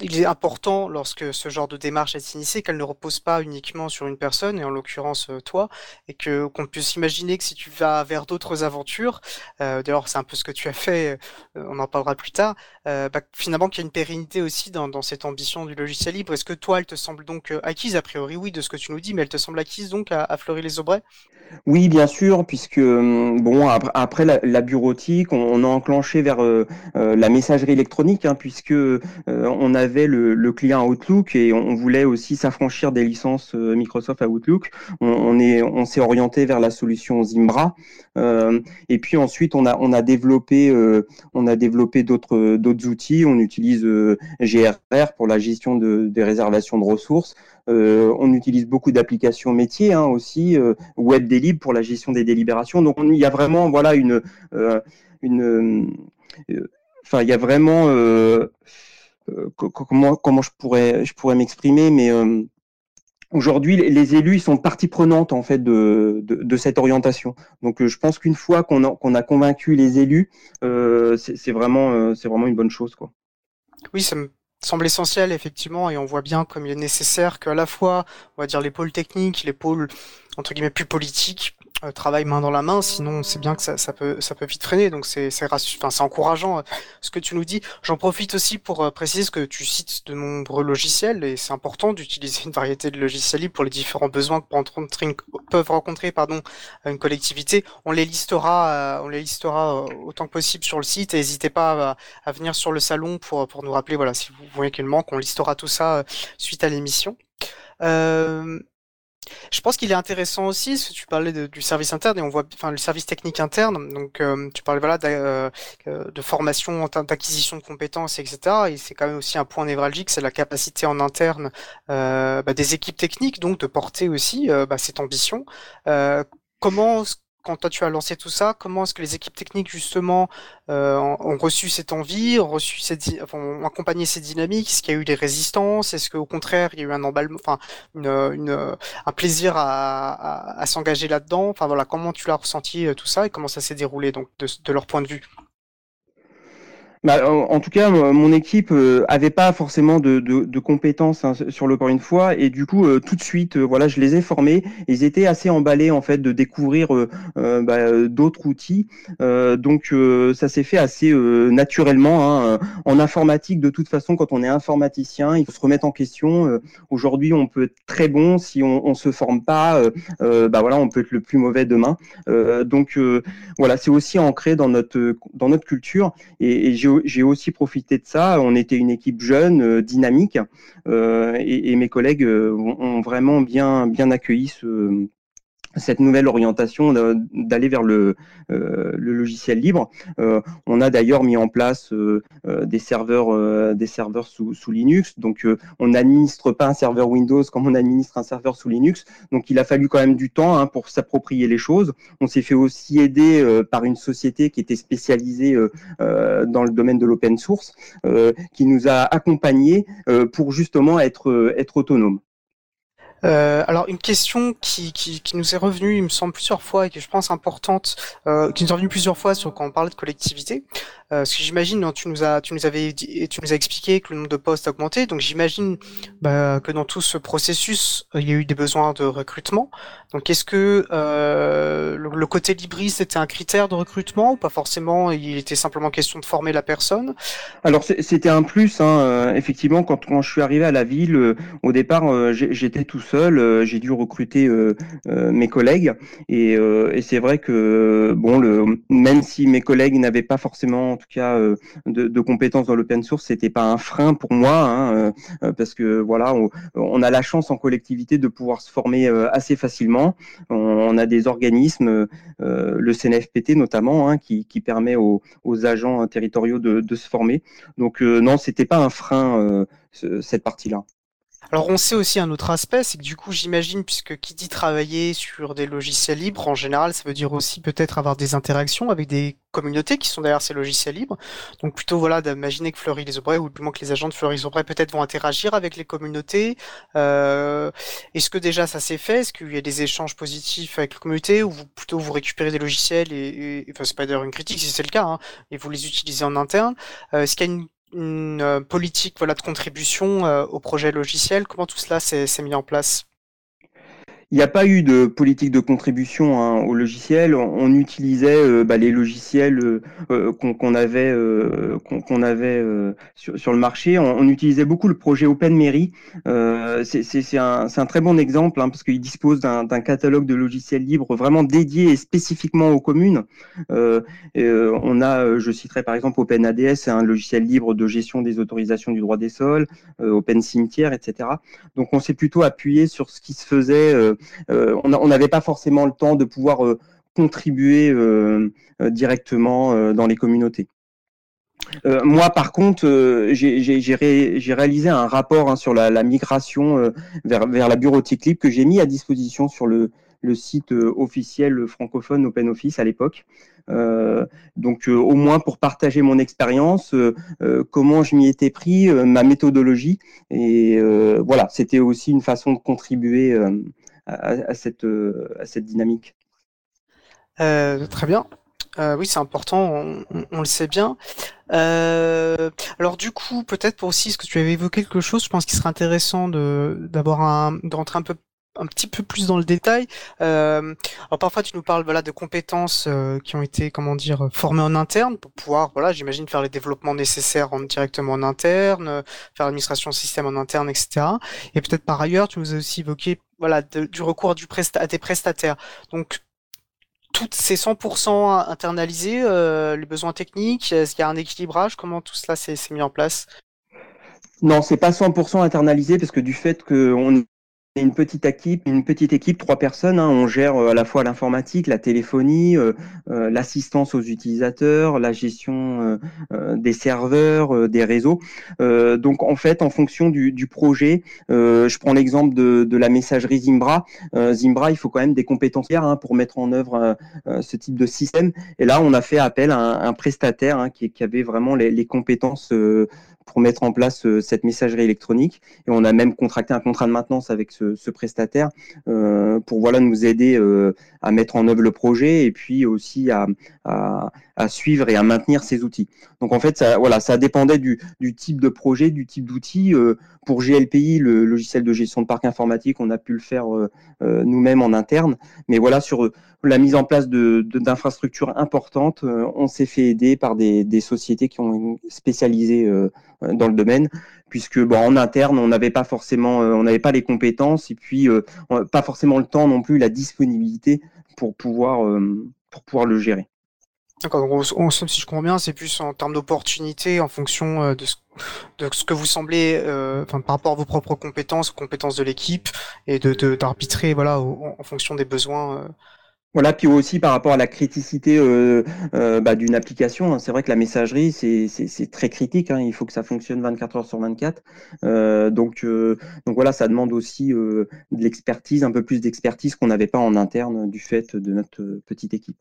il est important, lorsque ce genre de démarche est initiée, qu'elle ne repose pas uniquement sur une personne, et en l'occurrence euh, toi, et que qu'on puisse imaginer que si tu vas vers d'autres aventures, euh, d'ailleurs c'est un peu ce que tu as fait, euh, on en parlera plus tard, euh, bah, finalement qu'il y a une pérennité aussi dans, dans cette ambition du logiciel libre. Est-ce que toi, elle te semble donc euh, acquise? A priori oui, de ce que tu nous dis, mais elle te semble acquise donc à, à Fleury-les-Aubrais? Oui, bien sûr, puisque bon après, après la, la bureautique, on, on a enclenché vers euh, euh, la messagerie électronique, hein, puisque euh, on avait le, le client Outlook et on, on voulait aussi s'affranchir des licences euh, Microsoft Outlook. On, on est, on s'est orienté vers la solution Zimbra, euh, et puis ensuite on a, on a développé, euh, on a développé d'autres, d'autres outils. On utilise euh, G R R pour la gestion de, des réservations de ressources. Euh, on utilise beaucoup d'applications métiers hein, aussi, euh, WebDelib pour la gestion des délibérations. Donc on, il y a vraiment voilà une, euh, une, euh, enfin il y a vraiment euh, euh, comment comment je pourrais je pourrais m'exprimer, mais euh, aujourd'hui les élus ils sont partie prenante en fait de de, de cette orientation. Donc euh, je pense qu'une fois qu'on a qu'on a convaincu les élus, euh, c'est, c'est vraiment euh, c'est vraiment une bonne chose quoi. Oui, ça me semble essentiel, effectivement, et on voit bien comme il est nécessaire qu'à la fois, on va dire, les pôles techniques, les pôles, entre guillemets, plus politiques, euh, travaillent main dans la main, sinon c'est bien que ça, ça peut ça peut vite freiner, donc c'est c'est rassu- enfin, c'est encourageant euh, ce que tu nous dis. J'en profite aussi pour euh, préciser ce que tu cites de nombreux logiciels, et c'est important d'utiliser une variété de logiciels libres pour les différents besoins que peut rencontrer une- peuvent rencontrer pardon, une collectivité. On les listera, euh, on les listera euh, autant que possible sur le site, et n'hésitez pas à, à venir sur le salon pour, pour nous rappeler, voilà, si vous voyez qu'il manque, on listera tout ça euh, suite à l'émission. Euh, je pense qu'il est intéressant aussi, parce que tu parlais de- du service interne, et on voit, enfin, le service technique interne, donc euh, tu parlais voilà, d'a- euh, euh, de formation en termes d'acquisition de compétences, et cetera. Et c'est quand même aussi un point névralgique, c'est la capacité en interne euh, bah, des équipes techniques, donc de porter aussi euh, bah, cette ambition. Euh, comment, quand toi tu as lancé tout ça, comment est-ce que les équipes techniques justement euh, ont ont reçu cette envie, ont reçu cette, di- enfin, ont accompagné ces dynamiques? Est-ce qu'il y a eu des résistances? Est-ce qu'au contraire il y a eu un emballement, enfin une, une, un plaisir à, à, à s'engager là-dedans? Enfin voilà, comment tu l'as ressenti euh, tout ça et comment ça s'est déroulé donc de, de leur point de vue? Bah, en, en tout cas, euh, mon équipe euh, avait pas forcément de, de, de compétences hein, sur le corps une fois, et du coup, euh, tout de suite, euh, voilà, je les ai formés. Ils étaient assez emballés en fait de découvrir euh, euh, bah, euh, d'autres outils. Euh, donc, euh, ça s'est fait assez euh, naturellement. Hein. En informatique, de toute façon, quand on est informaticien, il faut se remettre en question. Euh, aujourd'hui, on peut être très bon si on, on se forme pas. Euh, euh, bah voilà, on peut être le plus mauvais demain. Euh, donc, euh, voilà, c'est aussi ancré dans notre dans notre culture. Et, et j'ai, j'ai aussi profité de ça. On était une équipe jeune, euh, dynamique, euh, et, et mes collègues euh, ont, ont vraiment bien, bien accueilli ce, cette nouvelle orientation d'aller vers le, euh, le logiciel libre. Euh, on a d'ailleurs mis en place euh, euh, des serveurs, euh, des serveurs sous, sous Linux. Donc, euh, on n'administre pas un serveur Windows comme on administre un serveur sous Linux. Donc, il a fallu quand même du temps hein, pour s'approprier les choses. On s'est fait aussi aider euh, par une société qui était spécialisée euh, euh, dans le domaine de l'open source, euh, qui nous a accompagnés euh, pour justement être, être autonome. Euh, alors une question qui, qui, qui nous est revenue, il me semble plusieurs fois et qui je pense importante, euh, qui nous est revenue plusieurs fois sur quand on parlait de collectivité. Euh, parce que j'imagine, non, tu nous as, tu nous avais dit, tu nous as expliqué que le nombre de postes a augmenté, donc j'imagine bah, que dans tout ce processus, il y a eu des besoins de recrutement. Donc est-ce que euh, le, le côté libriste était un critère de recrutement ou pas forcément? Il était simplement question de former la personne. Alors c'était un plus, hein, euh, effectivement, quand, quand je suis arrivé à la ville, euh, au départ, euh, j'étais tout seul, euh, j'ai dû recruter euh, euh, mes collègues, et, euh, et c'est vrai que bon, le, même si mes collègues n'avaient pas forcément, en tout cas, euh, de, de compétences dans l'open source, c'était pas un frein pour moi, hein, euh, parce que voilà, on, on a la chance en collectivité de pouvoir se former euh, assez facilement. On, on a des organismes, euh, le C N F P T notamment, hein, qui, qui permet aux, aux agents territoriaux de, de se former. Donc euh, non, c'était pas un frein euh, ce, cette partie-là. Alors on sait aussi un autre aspect, c'est que du coup j'imagine, puisque qui dit travailler sur des logiciels libres, en général ça veut dire aussi peut-être avoir des interactions avec des communautés qui sont derrière ces logiciels libres. Donc plutôt voilà d'imaginer que Fleury-les-Aubrais, ou du moins que les agents de Fleury-les-Aubrais peut-être vont interagir avec les communautés. Euh, est-ce que déjà ça s'est fait? Est-ce qu'il y a des échanges positifs avec les communautés, ou vous, plutôt vous récupérez des logiciels et, et enfin c'est pas d'ailleurs une critique si c'est le cas, hein, et vous les utilisez en interne? euh, Est-ce qu'il y a une une euh, politique voilà, de contribution euh, au projet logiciel? Comment tout cela s'est, s'est mis en place? Il n'y a pas eu de politique de contribution hein, au logiciel. On, on utilisait euh, bah, les logiciels euh, qu'on, qu'on avait, euh, qu'on, qu'on avait euh, sur, sur le marché. On, on utilisait beaucoup le projet OpenMairie. Euh, c'est, c'est, c'est, un, c'est un très bon exemple hein, parce qu'il dispose d'un, d'un catalogue de logiciels libres vraiment dédié et spécifiquement aux communes. Euh, et, euh, on a, je citerai par exemple OpenADS, c'est un logiciel libre de gestion des autorisations du droit des sols, euh, OpenCimetière, et cetera. Donc on s'est plutôt appuyé sur ce qui se faisait. Euh, Euh, on n'avait pas forcément le temps de pouvoir euh, contribuer euh, euh, directement euh, dans les communautés. Euh, moi, par contre, euh, j'ai, j'ai, j'ai, ré, j'ai réalisé un rapport hein, sur la, la migration euh, vers, vers la bureautique libre que j'ai mis à disposition sur le, le site euh, officiel francophone OpenOffice à l'époque. Euh, donc, euh, au moins pour partager mon expérience, euh, euh, comment je m'y étais pris, euh, ma méthodologie. Et euh, voilà, c'était aussi une façon de contribuer euh, à, à, cette, à cette dynamique. Euh, très bien. Euh, oui, c'est important, on, on, on le sait bien. Euh, alors du coup, peut-être pour aussi, ce que tu avais évoqué quelque chose, je pense qu'il serait intéressant de d'avoir un, de rentrer un peu un petit peu plus dans le détail. Euh, alors parfois tu nous parles voilà de compétences euh, qui ont été comment dire formées en interne pour pouvoir voilà j'imagine faire les développements nécessaires en, directement en interne, euh, faire l'administration système en interne, et cetera. Et peut-être par ailleurs tu nous as aussi évoqué voilà de, du recours à, du presta- à des prestataires. Donc toutes ces cent pour cent internalisés, euh, les besoins techniques, est-ce qu'il y a un équilibrage? Comment tout cela s'est, s'est mis en place? Non, c'est pas cent pour cent internalisé parce que du fait qu'on une petite équipe, une petite équipe, trois personnes. Hein, on gère à la fois l'informatique, la téléphonie, euh, euh, l'assistance aux utilisateurs, la gestion euh, euh, des serveurs, euh, des réseaux. Euh, donc en fait, en fonction du, du projet, euh, je prends l'exemple de, de la messagerie Zimbra. Euh, Zimbra, il faut quand même des compétences hein, pour mettre en œuvre euh, ce type de système. Et là, on a fait appel à un, un prestataire hein, qui, qui avait vraiment les, les compétences. Euh, pour mettre en place euh, cette messagerie électronique. Et on a même contracté un contrat de maintenance avec ce, ce prestataire euh, pour voilà, nous aider euh, à mettre en œuvre le projet et puis aussi à, à, à suivre et à maintenir ces outils. Donc en fait, ça, voilà, ça dépendait du, du type de projet, du type d'outil. Euh, pour G L P I, le logiciel de gestion de parc informatique, on a pu le faire euh, euh, nous-mêmes en interne. Mais voilà, sur euh, la mise en place de, de, d'infrastructures importantes, euh, on s'est fait aider par des, des sociétés qui ont spécialisé euh, dans le domaine, puisque bon, en interne, on n'avait pas forcément, euh, on n'avait pas les compétences et puis euh, pas forcément le temps non plus, la disponibilité pour pouvoir, euh, pour pouvoir le gérer. D'accord, donc on, si je comprends bien, c'est plus en termes d'opportunités en fonction euh, de ce, de ce que vous semblez, euh, enfin par rapport à vos propres compétences, aux compétences de l'équipe, et de, de d'arbitrer voilà au, en fonction des besoins. Euh. Voilà, puis aussi par rapport à la criticité euh, euh, bah, d'une application, hein, c'est vrai que la messagerie, c'est, c'est, c'est très critique, hein, il faut que ça fonctionne vingt-quatre heures sur vingt-quatre. Euh, donc, euh, donc voilà, ça demande aussi euh, de l'expertise, un peu plus d'expertise qu'on n'avait pas en interne du fait de notre petite équipe.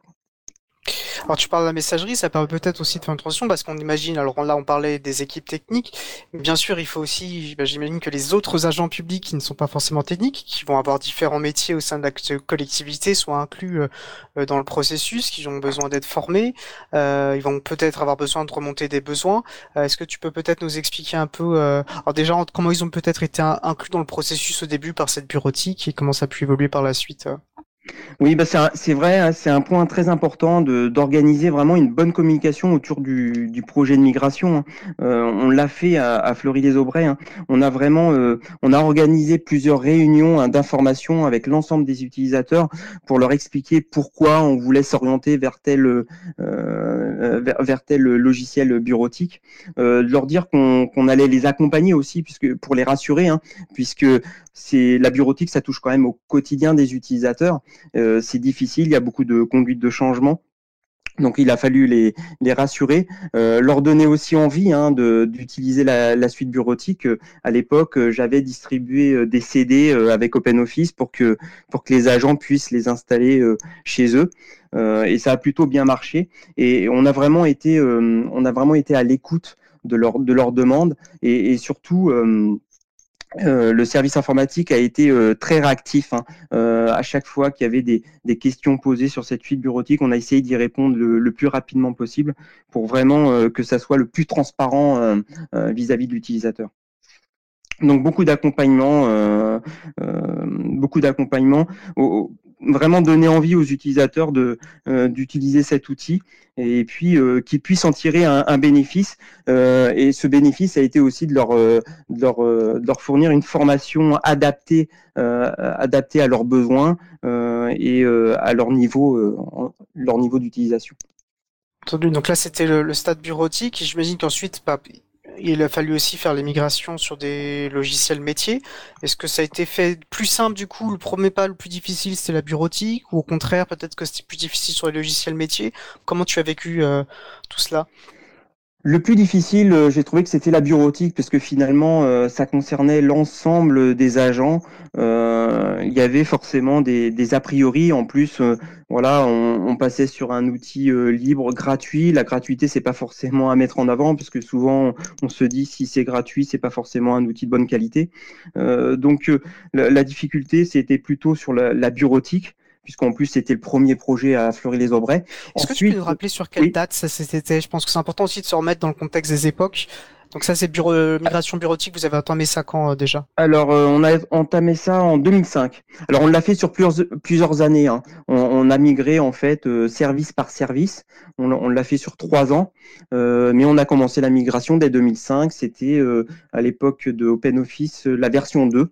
Alors tu parles de la messagerie, ça permet peut-être aussi de faire une transition parce qu'on imagine, alors là on parlait des équipes techniques, mais bien sûr il faut aussi, bah, j'imagine que les autres agents publics qui ne sont pas forcément techniques, qui vont avoir différents métiers au sein de la collectivité, soient inclus euh, dans le processus, qui ont besoin d'être formés, euh, ils vont peut-être avoir besoin de remonter des besoins. Euh, est-ce que tu peux peut-être nous expliquer un peu, euh, alors déjà comment ils ont peut-être été inclus dans le processus au début par cette bureautique et comment ça a pu évoluer par la suite euh Oui, bah c'est, un, c'est vrai, hein, c'est un point très important de, d'organiser vraiment une bonne communication autour du, du projet de migration. Hein. Euh, on l'a fait à, à Fleury-les-Aubrais. Hein. On a vraiment, euh, on a organisé plusieurs réunions hein, d'information avec l'ensemble des utilisateurs pour leur expliquer pourquoi on voulait s'orienter vers tel, euh, vers, vers tel logiciel bureautique, euh, de leur dire qu'on, qu'on allait les accompagner aussi, puisque pour les rassurer, hein, puisque c'est la bureautique, ça touche quand même au quotidien des utilisateurs. Euh, c'est difficile, il y a beaucoup de conduites de changement. Donc il a fallu les, les rassurer, euh, leur donner aussi envie hein, de, d'utiliser la, la suite bureautique. À l'époque, j'avais distribué des C D avec OpenOffice pour que, pour que les agents puissent les installer chez eux. Euh, et ça a plutôt bien marché. Et on a vraiment été, euh, on a vraiment été à l'écoute de leur, de leurs demandes et, et surtout... Euh, Euh, le service informatique a été euh, très réactif. Hein. Euh, à chaque fois qu'il y avait des, des questions posées sur cette fuite bureautique, on a essayé d'y répondre le, le plus rapidement possible pour vraiment euh, que ça soit le plus transparent euh, euh, vis-à-vis de l'utilisateur. Donc beaucoup d'accompagnement, euh, euh, beaucoup d'accompagnement, au, vraiment donner envie aux utilisateurs de euh, d'utiliser cet outil et puis euh, qu'ils puissent en tirer un, un bénéfice. Euh, et ce bénéfice a été aussi de leur euh, de leur euh, de leur fournir une formation adaptée euh, adaptée à leurs besoins euh, et euh, à leur niveau euh, leur niveau d'utilisation. Entendu. Donc là c'était le, le stade bureautique. J'imagine qu'ensuite bah, il a fallu aussi faire les migrations sur des logiciels métiers. Est-ce que ça a été fait plus simple du coup? Le premier pas le plus difficile c'était la bureautique ou au contraire peut-être que c'était plus difficile sur les logiciels métiers? Comment tu as vécu euh, tout cela? Le plus difficile, euh, j'ai trouvé que c'était la bureautique parce que finalement, euh, ça concernait l'ensemble des agents. Euh, il y avait forcément des, des a priori. En plus, euh, voilà, on, on passait sur un outil euh, libre, gratuit. La gratuité, c'est pas forcément à mettre en avant parce que souvent, on se dit si c'est gratuit, c'est pas forcément un outil de bonne qualité. Euh, donc, euh, la, la difficulté, c'était plutôt sur la, la bureautique, puisqu'en plus c'était le premier projet à Fleury-les-Aubrais. Est-ce Ensuite, que tu peux nous rappeler sur quelle oui. date ça c'était? Je pense que c'est important aussi de se remettre dans le contexte des époques. Donc ça c'est bureau, euh, migration bureautique, vous avez entamé ça quand euh, déjà? Alors euh, on a entamé ça en deux mille cinq. Alors on l'a fait sur plusieurs, plusieurs années. Hein. On, on a migré en fait euh, service par service. On, on l'a fait sur trois ans, euh, mais on a commencé la migration dès deux mille cinq. C'était euh, à l'époque de OpenOffice la version deux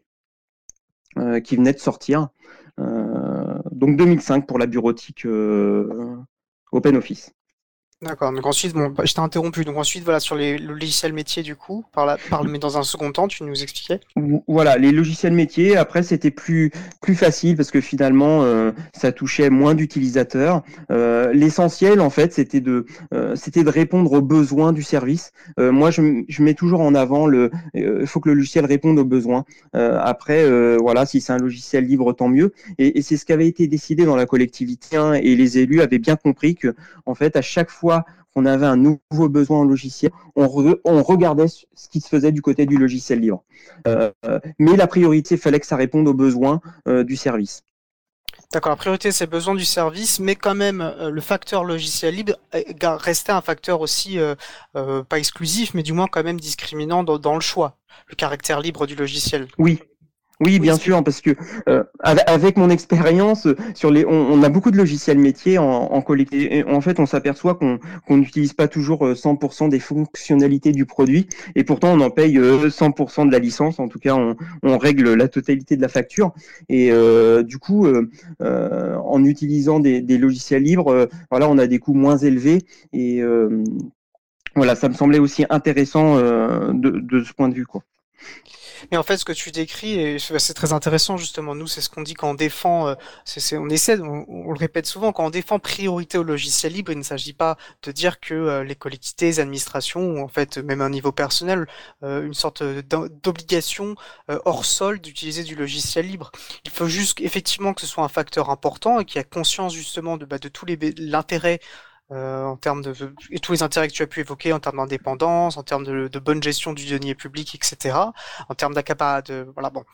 euh, qui venait de sortir. Euh, donc deux mille cinq pour la bureautique euh, OpenOffice. D'accord, donc ensuite, bon, je t'ai interrompu, donc ensuite, voilà, sur les, le logiciel métier, du coup, par la, par, mais dans un second temps, tu nous expliquais? Voilà, les logiciels métiers, après, c'était plus, plus facile parce que finalement, euh, ça touchait moins d'utilisateurs. Euh, l'essentiel, en fait, c'était de, euh, c'était de répondre aux besoins du service. Euh, moi, je, je mets toujours en avant le, il euh, faut que le logiciel réponde aux besoins. Euh, après, euh, voilà, si c'est un logiciel libre, tant mieux. Et, et c'est ce qui avait été décidé dans la collectivité, hein, et les élus avaient bien compris que, en fait, à chaque fois qu'on avait un nouveau besoin en logiciel, on, re, on regardait ce qui se faisait du côté du logiciel libre. Euh, mais la priorité, il fallait que ça réponde aux besoins euh, du service. D'accord, la priorité c'est le besoin du service, mais quand même euh, le facteur logiciel libre restait un facteur aussi, euh, euh, pas exclusif, mais du moins quand même discriminant dans, dans le choix, le caractère libre du logiciel. Oui. Oui, bien oui, sûr, parce que euh, avec mon expérience sur les, on, on a beaucoup de logiciels métiers en, en collectivité. En fait, on s'aperçoit qu'on qu'on n'utilise pas toujours cent pour cent des fonctionnalités du produit, et pourtant on en paye cent pour cent de la licence. En tout cas, on, on règle la totalité de la facture. Et euh, du coup, euh, euh, en utilisant des, des logiciels libres, euh, voilà, on a des coûts moins élevés. Et euh, voilà, ça me semblait aussi intéressant euh, de, de ce point de vue, quoi. Mais en fait, ce que tu décris, et c'est très intéressant justement. Nous, c'est ce qu'on dit quand on défend. C'est, c'est, on essaie, on, on le répète souvent, quand on défend priorité au logiciel libre, il ne s'agit pas de dire que euh, les collectivités, les administrations, ou en fait même à un niveau personnel, euh, une sorte d'obligation euh, hors sol d'utiliser du logiciel libre. Il faut juste effectivement que ce soit un facteur important et qu'il y ait conscience justement de, bah, de tous les l'intérêt. Euh, en termes de et tous les intérêts que tu as pu évoquer en termes d'indépendance, en termes de, de bonne gestion du denier public, et cetera. En termes d'accaparement, de voilà bon,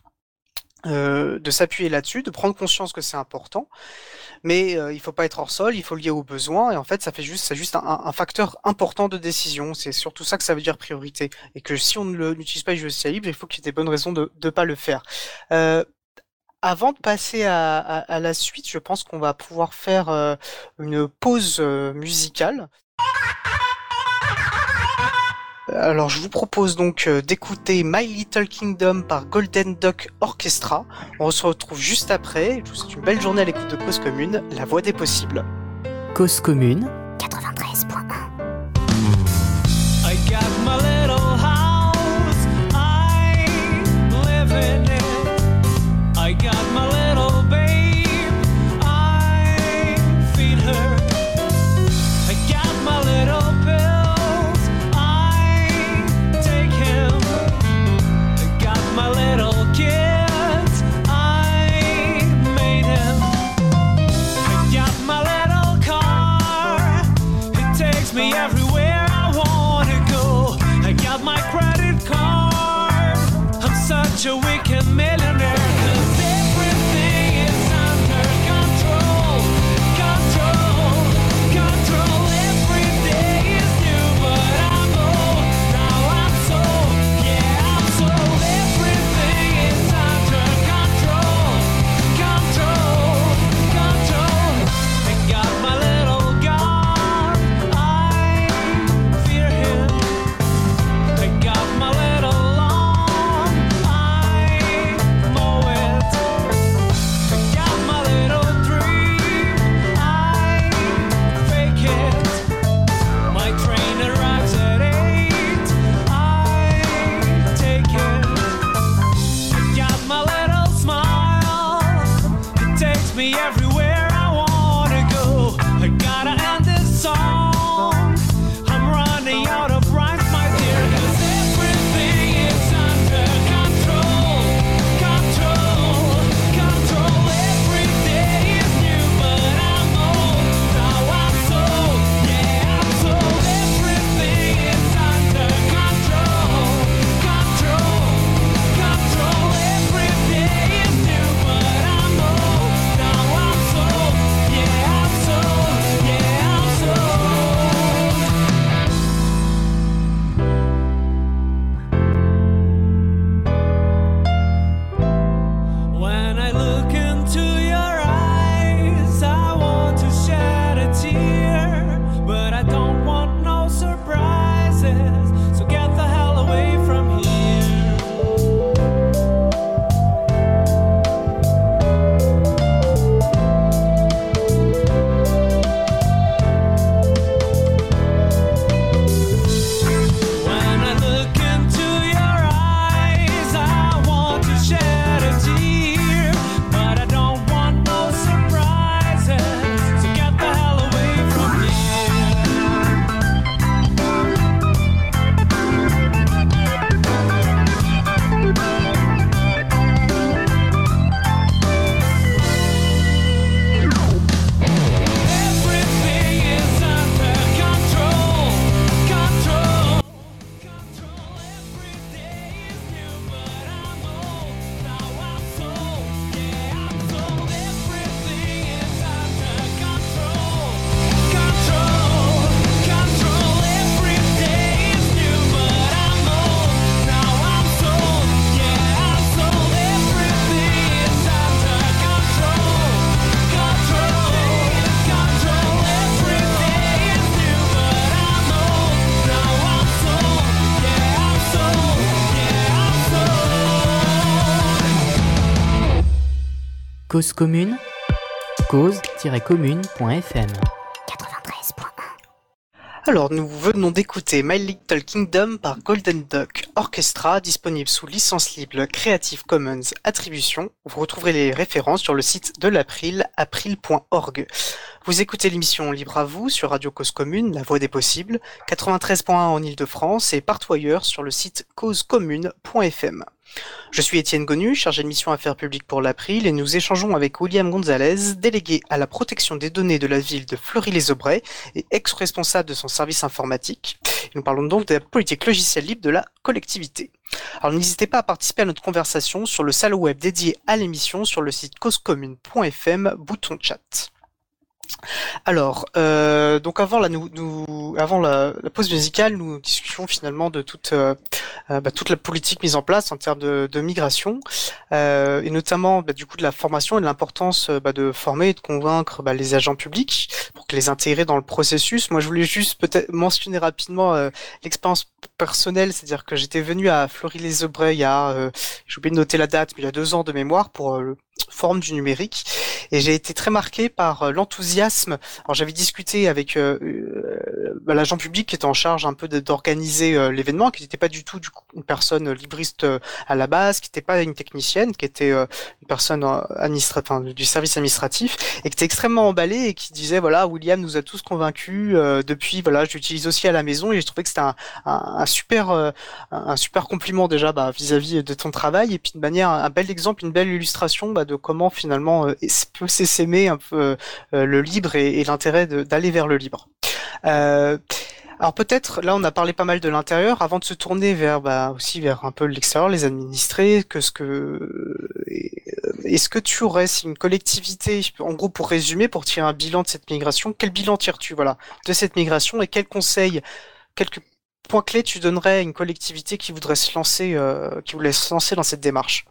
euh, de s'appuyer là-dessus, de prendre conscience que c'est important, mais euh, il faut pas être hors sol, il faut lier aux besoins, et en fait ça fait juste c'est juste un, un facteur important de décision. C'est surtout ça que ça veut dire priorité, et que si on ne l'utilise pas le logiciel libre, il faut qu'il y ait des bonnes raisons de de pas le faire. Euh, Avant de passer à, à, à la suite, je pense qu'on va pouvoir faire euh, une pause euh, musicale. Alors je vous propose donc euh, d'écouter My Little Kingdom par Golden Duck Orchestra. On se retrouve juste après. Je vous souhaite une belle journée à l'écoute de Cause Commune, la voix des possibles. Cause Commune quatre-vingt-treize point un. I got my little house, I live in it. I got my little babe, I feed her. I got my little pills, I take him. I got my little kids, I made him. I got my little car, it takes me everywhere I wanna go. I got my credit card, I'm such bunch of wicked millionaires. 'Cause everything is under control, control, control. Every day is new, but I'm old. Now I'm sold, yeah, I'm sold. Everything is under control, control, control. I got my little God, I fear him. I got my little lawn, I mow it. I got my little dream, I fake it. My train arrives at eight, I take it. I got my little smile, it takes me everywhere I wanna go. I gotta end this song, I'm running out of rhymes, my dear. 'Cause everything is under control, control, control. Every day is new, but I'm old. Now I'm sold, yeah, I'm sold. Everything is under control, control, control. Every day is new, but I'm old. Now I'm sold, yeah, I'm sold, yeah, I'm sold. When I look into your eyes, I want to shed a tear, but I don't want no surprises, so get the hell away from here. When I look into your eyes, I want to shed a tear, but I don't want no surprises, so get the hell away from here. Everything is under control, control, control. Every day is new, but I'm old. Now I'm sold, yeah, I'm sold. Everything is under control, control, control. Every day is new, but I'm old. Now I'm sold, yeah, I'm sold. Everything is under control, control, control. Every day is new, but I'm old. Now I'm sold, yeah, I'm sold, yeah, I'm sold. Cause commune, cause-commune.fm. Alors, nous venons d'écouter My Little Kingdom par Golden Duck Orchestra, disponible sous licence libre Creative Commons Attribution. Vous retrouverez les références sur le site de l'April, april point org. Vous écoutez l'émission Libre à vous sur Radio Cause Commune, la voix des possibles, quatre-vingt-treize point un en Ile-de-France et partout ailleurs sur le site cause commune point f m. Je suis Étienne Gonu, chargé de mission Affaires publiques pour l'April, et nous échangeons avec William Gonzalez, délégué à la protection des données de la ville de Fleury-les-Aubrais et ex-responsable de son service informatique. Nous parlons donc de la politique logicielle libre de la collectivité. Alors n'hésitez pas à participer à notre conversation sur le salon web dédié à l'émission sur le site cause commune point f m, bouton chat. Alors, euh, donc avant la, nous, nous, avant la, la pause musicale, nous discutions finalement de toute, euh, bah, toute la politique mise en place en termes de, de migration, euh, et notamment bah, du coup de la formation et de l'importance bah, de former et de convaincre bah, les agents publics pour que les intégrer dans le processus. Moi, je voulais juste peut-être mentionner rapidement euh, l'expérience personnelle, c'est-à-dire que j'étais venu à Fleury-les-Aubrais il y a, euh, j'ai oublié de noter la date, mais il y a deux ans de mémoire pour euh, le Forum du numérique, et j'ai été très marqué par euh, l'enthousiasme. Alors j'avais discuté avec euh, euh, bah, l'agent public qui était en charge un peu de, d'organiser euh, l'événement, qui n'était pas du tout du coup, une personne libriste euh, à la base, qui n'était pas une technicienne, qui était euh, une personne euh, administra- enfin, du service administratif, et qui était extrêmement emballée et qui disait voilà, William nous a tous convaincus euh, depuis, voilà, je l'utilise aussi à la maison, et j'ai trouvé que c'était un, un, un super euh, un super compliment déjà bah, vis-à-vis de ton travail, et puis de manière un bel exemple, une belle illustration bah, de comment finalement euh, peut s'essaimer un peu euh, le libre et, et l'intérêt de, d'aller vers le libre. Euh, Alors peut-être, là on a parlé pas mal de l'intérieur, avant de se tourner vers bah, aussi vers un peu l'extérieur, les administrés, que ce que est-ce que tu aurais si une collectivité, en gros pour résumer, pour tirer un bilan de cette migration, quel bilan tires-tu voilà de cette migration et quels conseils, quelques points clés tu donnerais à une collectivité qui voudrait se lancer, euh, qui voulait se lancer dans cette démarche?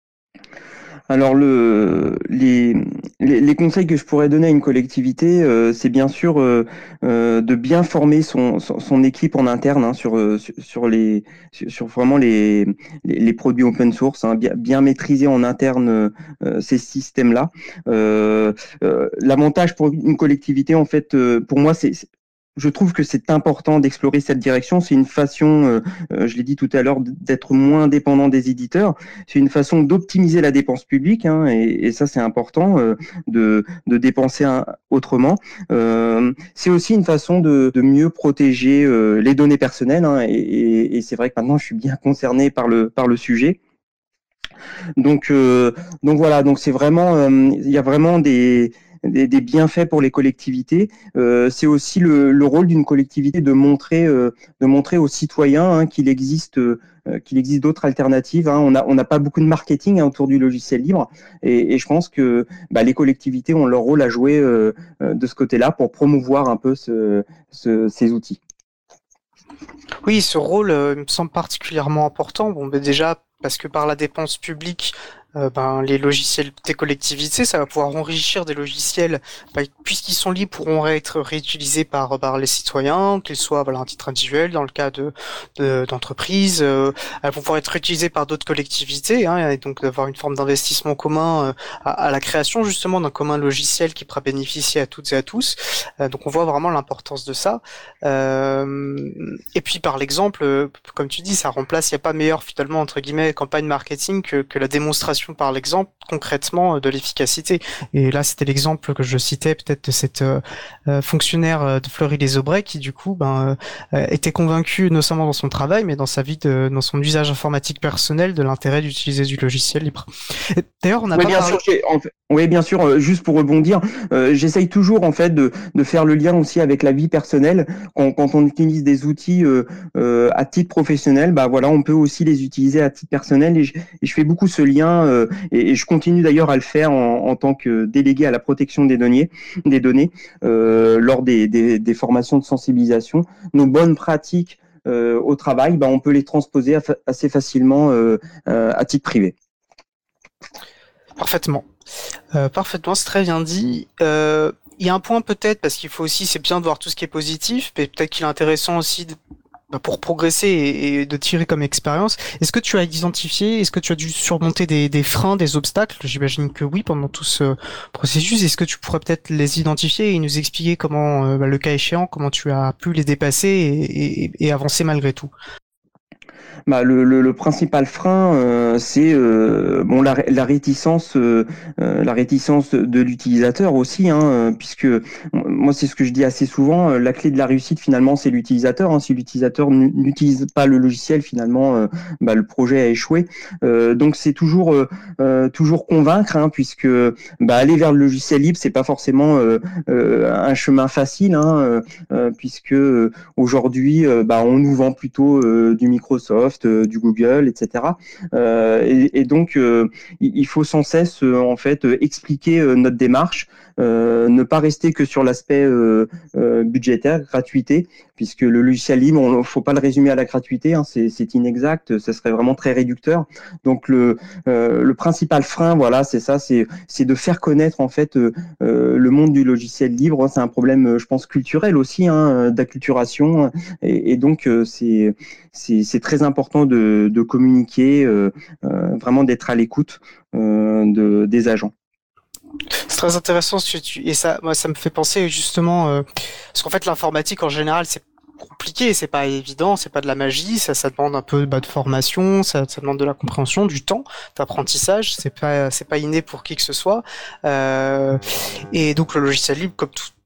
Alors le, les, les, les conseils que je pourrais donner à une collectivité, euh, c'est bien sûr euh, euh, de bien former son, son, son équipe en interne hein, sur, sur, sur les sur, sur vraiment les, les, les produits open source, hein, bien, bien maîtriser en interne euh, ces systèmes-là. Euh, euh, l'avantage pour une collectivité, en fait, euh, pour moi, c'est je trouve que c'est important d'explorer cette direction. C'est une façon, euh, euh, je l'ai dit tout à l'heure, d'être moins dépendant des éditeurs. C'est une façon d'optimiser la dépense publique, hein, et, et ça c'est important euh, de, de dépenser un, autrement. Euh, c'est aussi une façon de, de mieux protéger euh, les données personnelles, hein, et, et, et c'est vrai que maintenant je suis bien concerné par le par le sujet. Donc euh, donc voilà, donc c'est vraiment, euh, il y a vraiment des Des, des bienfaits pour les collectivités. Euh, c'est aussi le, le rôle d'une collectivité de montrer, euh, de montrer aux citoyens hein, qu'il existe, euh, qu'il existe d'autres alternatives. Hein. On n'a on n'a pas beaucoup de marketing hein, autour du logiciel libre, et, et je pense que bah, les collectivités ont leur rôle à jouer euh, de ce côté-là pour promouvoir un peu ce, ce, ces outils. Oui, ce rôle euh, me semble particulièrement important. Bon, ben déjà parce que par la dépense publique, euh, ben, les logiciels des collectivités, ça va pouvoir enrichir des logiciels, ben, puisqu'ils sont libres, pourront être réutilisés par, par les citoyens, qu'ils soient voilà, à titre individuel, dans le cas de, de d'entreprises, euh, elles vont pouvoir être réutilisées par d'autres collectivités, hein, et donc d'avoir une forme d'investissement commun euh, à, à la création justement d'un commun logiciel qui pourra bénéficier à toutes et à tous. Euh, donc on voit vraiment l'importance de ça. Euh, et puis par l'exemple, euh, comme tu dis, ça remplace, il n'y a pas meilleur finalement entre guillemets campagne marketing que, que la démonstration par l'exemple concrètement de l'efficacité. Et là c'était l'exemple que je citais peut-être de cette euh, fonctionnaire de Fleury-les-Aubrais qui du coup ben, euh, était convaincu non seulement dans son travail mais dans sa vie, de, dans son usage informatique personnel de l'intérêt d'utiliser du logiciel libre. Et d'ailleurs on a oui, pas bien parlé... sûr, en fait, oui bien sûr, euh, juste pour rebondir, euh, j'essaye toujours en fait de, de faire le lien aussi avec la vie personnelle. Quand, quand on utilise des outils euh, euh, à titre professionnel, bah voilà, on peut aussi les utiliser à titre personnel, et je, et je fais beaucoup ce lien euh, et, et je continue d'ailleurs à le faire en, en tant que délégué à la protection des données, des données euh, lors des, des, des formations de sensibilisation. Nos bonnes pratiques euh, au travail, bah, on peut les transposer assez facilement euh, euh, à titre privé. Parfaitement. Euh, parfaitement, c'est très bien dit. Euh, il y a un point peut-être, parce qu'il faut aussi, c'est bien de voir tout ce qui est positif, mais peut-être qu'il est intéressant aussi de, bah, pour progresser et, et de tirer comme expérience. Est-ce que tu as identifié, est-ce que tu as dû surmonter des, des freins, des obstacles? J'imagine que oui, pendant tout ce processus. Est-ce que tu pourrais peut-être les identifier et nous expliquer comment, euh, bah, le cas échéant, comment tu as pu les dépasser et, et, et avancer malgré tout? Bah, le, le, le principal frein, euh, c'est euh, bon la, la réticence, euh, la réticence de l'utilisateur aussi, hein, puisque moi c'est ce que je dis assez souvent. La clé de la réussite finalement c'est l'utilisateur. Hein, si l'utilisateur n'utilise pas le logiciel, finalement, euh, bah, le projet a échoué. Euh, donc c'est toujours euh, toujours convaincre, hein, puisque bah, aller vers le logiciel libre c'est pas forcément euh, euh, un chemin facile, hein, euh, puisque aujourd'hui euh, bah, on nous vend plutôt euh, du Microsoft, du Google, et cetera. Euh, et, et donc, euh, il faut sans cesse, euh, en fait, expliquer euh, notre démarche, euh, ne pas rester que sur l'aspect euh, euh, budgétaire, gratuité, puisque le logiciel libre, il ne faut pas le résumer à la gratuité, hein, c'est, c'est inexact, ça serait vraiment très réducteur. Donc, le, euh, le principal frein, voilà, c'est ça, c'est, c'est de faire connaître, en fait, euh, euh, le monde du logiciel libre. C'est un problème, je pense, culturel aussi, hein, d'acculturation, et, et donc, euh, c'est, c'est, c'est très important de, de communiquer, euh, euh, vraiment d'être à l'écoute euh, de, des agents. C'est très intéressant ce que tu... et ça, moi, ça me fait penser justement, euh, parce qu'en fait l'informatique en général c'est compliqué, c'est pas évident, c'est pas de la magie, ça, ça demande un peu bah, de formation, ça, ça demande de la compréhension, du temps, d'apprentissage, c'est pas, c'est pas inné pour qui que ce soit, euh, et donc le logiciel libre, comme tout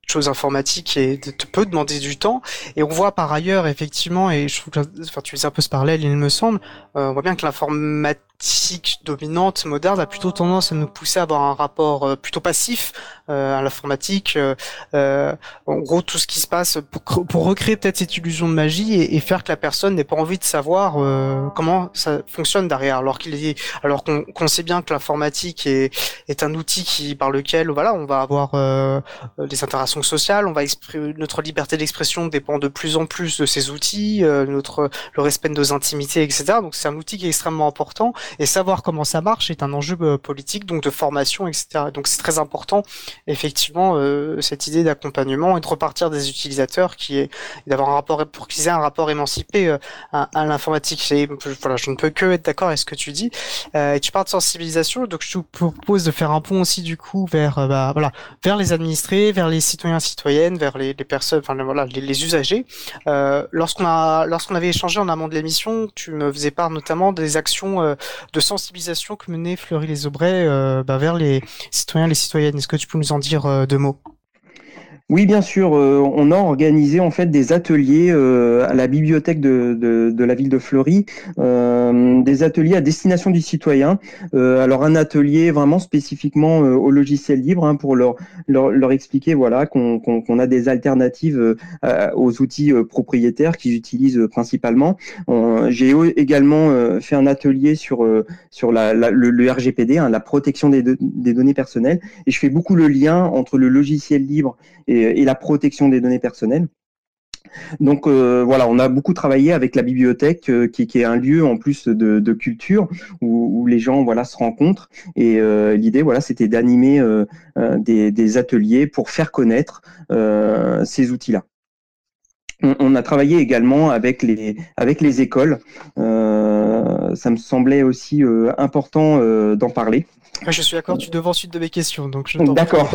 choses informatiques et te peut demander du temps. Et on voit par ailleurs, effectivement, et je trouve que, enfin, tu faisais un peu ce parallèle, il me semble, euh, on voit bien que l'informatique dominante, moderne, a plutôt tendance à nous pousser à avoir un rapport euh, plutôt passif euh, à l'informatique. Euh, euh, en gros, tout ce qui se passe pour, pour recréer peut-être cette illusion de magie et, et faire que la personne n'ait pas envie de savoir euh, comment ça fonctionne derrière, alors qu'il est, alors qu'on qu'on sait bien que l'informatique est, est un outil qui par lequel, voilà, on va avoir euh, des interactions sociales, on va exprimer, notre liberté d'expression dépend de plus en plus de ces outils, euh, notre le respect de nos intimités, et cetera. Donc c'est un outil qui est extrêmement important. Et savoir comment ça marche est un enjeu euh, politique, donc de formation, et cetera. Donc c'est très important, effectivement, euh, cette idée d'accompagnement et de repartir des utilisateurs, qui est d'avoir un rapport pour qu'ils aient un rapport émancipé euh, à, à l'informatique. Et, voilà, je ne peux que être d'accord avec ce que tu dis. Euh, et tu parles de sensibilisation, donc je te propose de faire un pont aussi du coup vers, euh, bah, voilà, vers les administrés, vers les citoyens, citoyennes, vers les, les personnes, enfin voilà, les, les usagers. Euh, lorsqu'on a, lorsqu'on avait échangé en amont de l'émission, tu me faisais part notamment des actions euh, de sensibilisation que menait Fleury-les-Aubrais euh, bah, vers les citoyens, les citoyennes. Est-ce que tu peux nous en dire euh, deux mots ? Oui, bien sûr. Euh, on a organisé en fait des ateliers euh, à la bibliothèque de, de, de la ville de Fleury, euh, des ateliers à destination du citoyen. Euh, alors un atelier vraiment spécifiquement euh, au logiciel libre hein, pour leur, leur leur expliquer voilà qu'on qu'on, qu'on a des alternatives euh, aux outils euh, propriétaires qu'ils utilisent euh, principalement. Euh, j'ai également euh, fait un atelier sur euh, sur la, la le, le R G P D, hein, la protection des, de, des données personnelles, et je fais beaucoup le lien entre le logiciel libre et et la protection des données personnelles. Donc euh, voilà, on a beaucoup travaillé avec la bibliothèque euh, qui, qui est un lieu en plus de, de culture où, où les gens voilà se rencontrent et euh, l'idée voilà c'était d'animer euh, euh, des, des ateliers pour faire connaître euh, ces outils-là. On, on a travaillé également avec les avec les écoles. Euh, ça me semblait aussi euh, important euh, d'en parler. Je suis d'accord, tu devances une de mes questions, donc je t'en D'accord.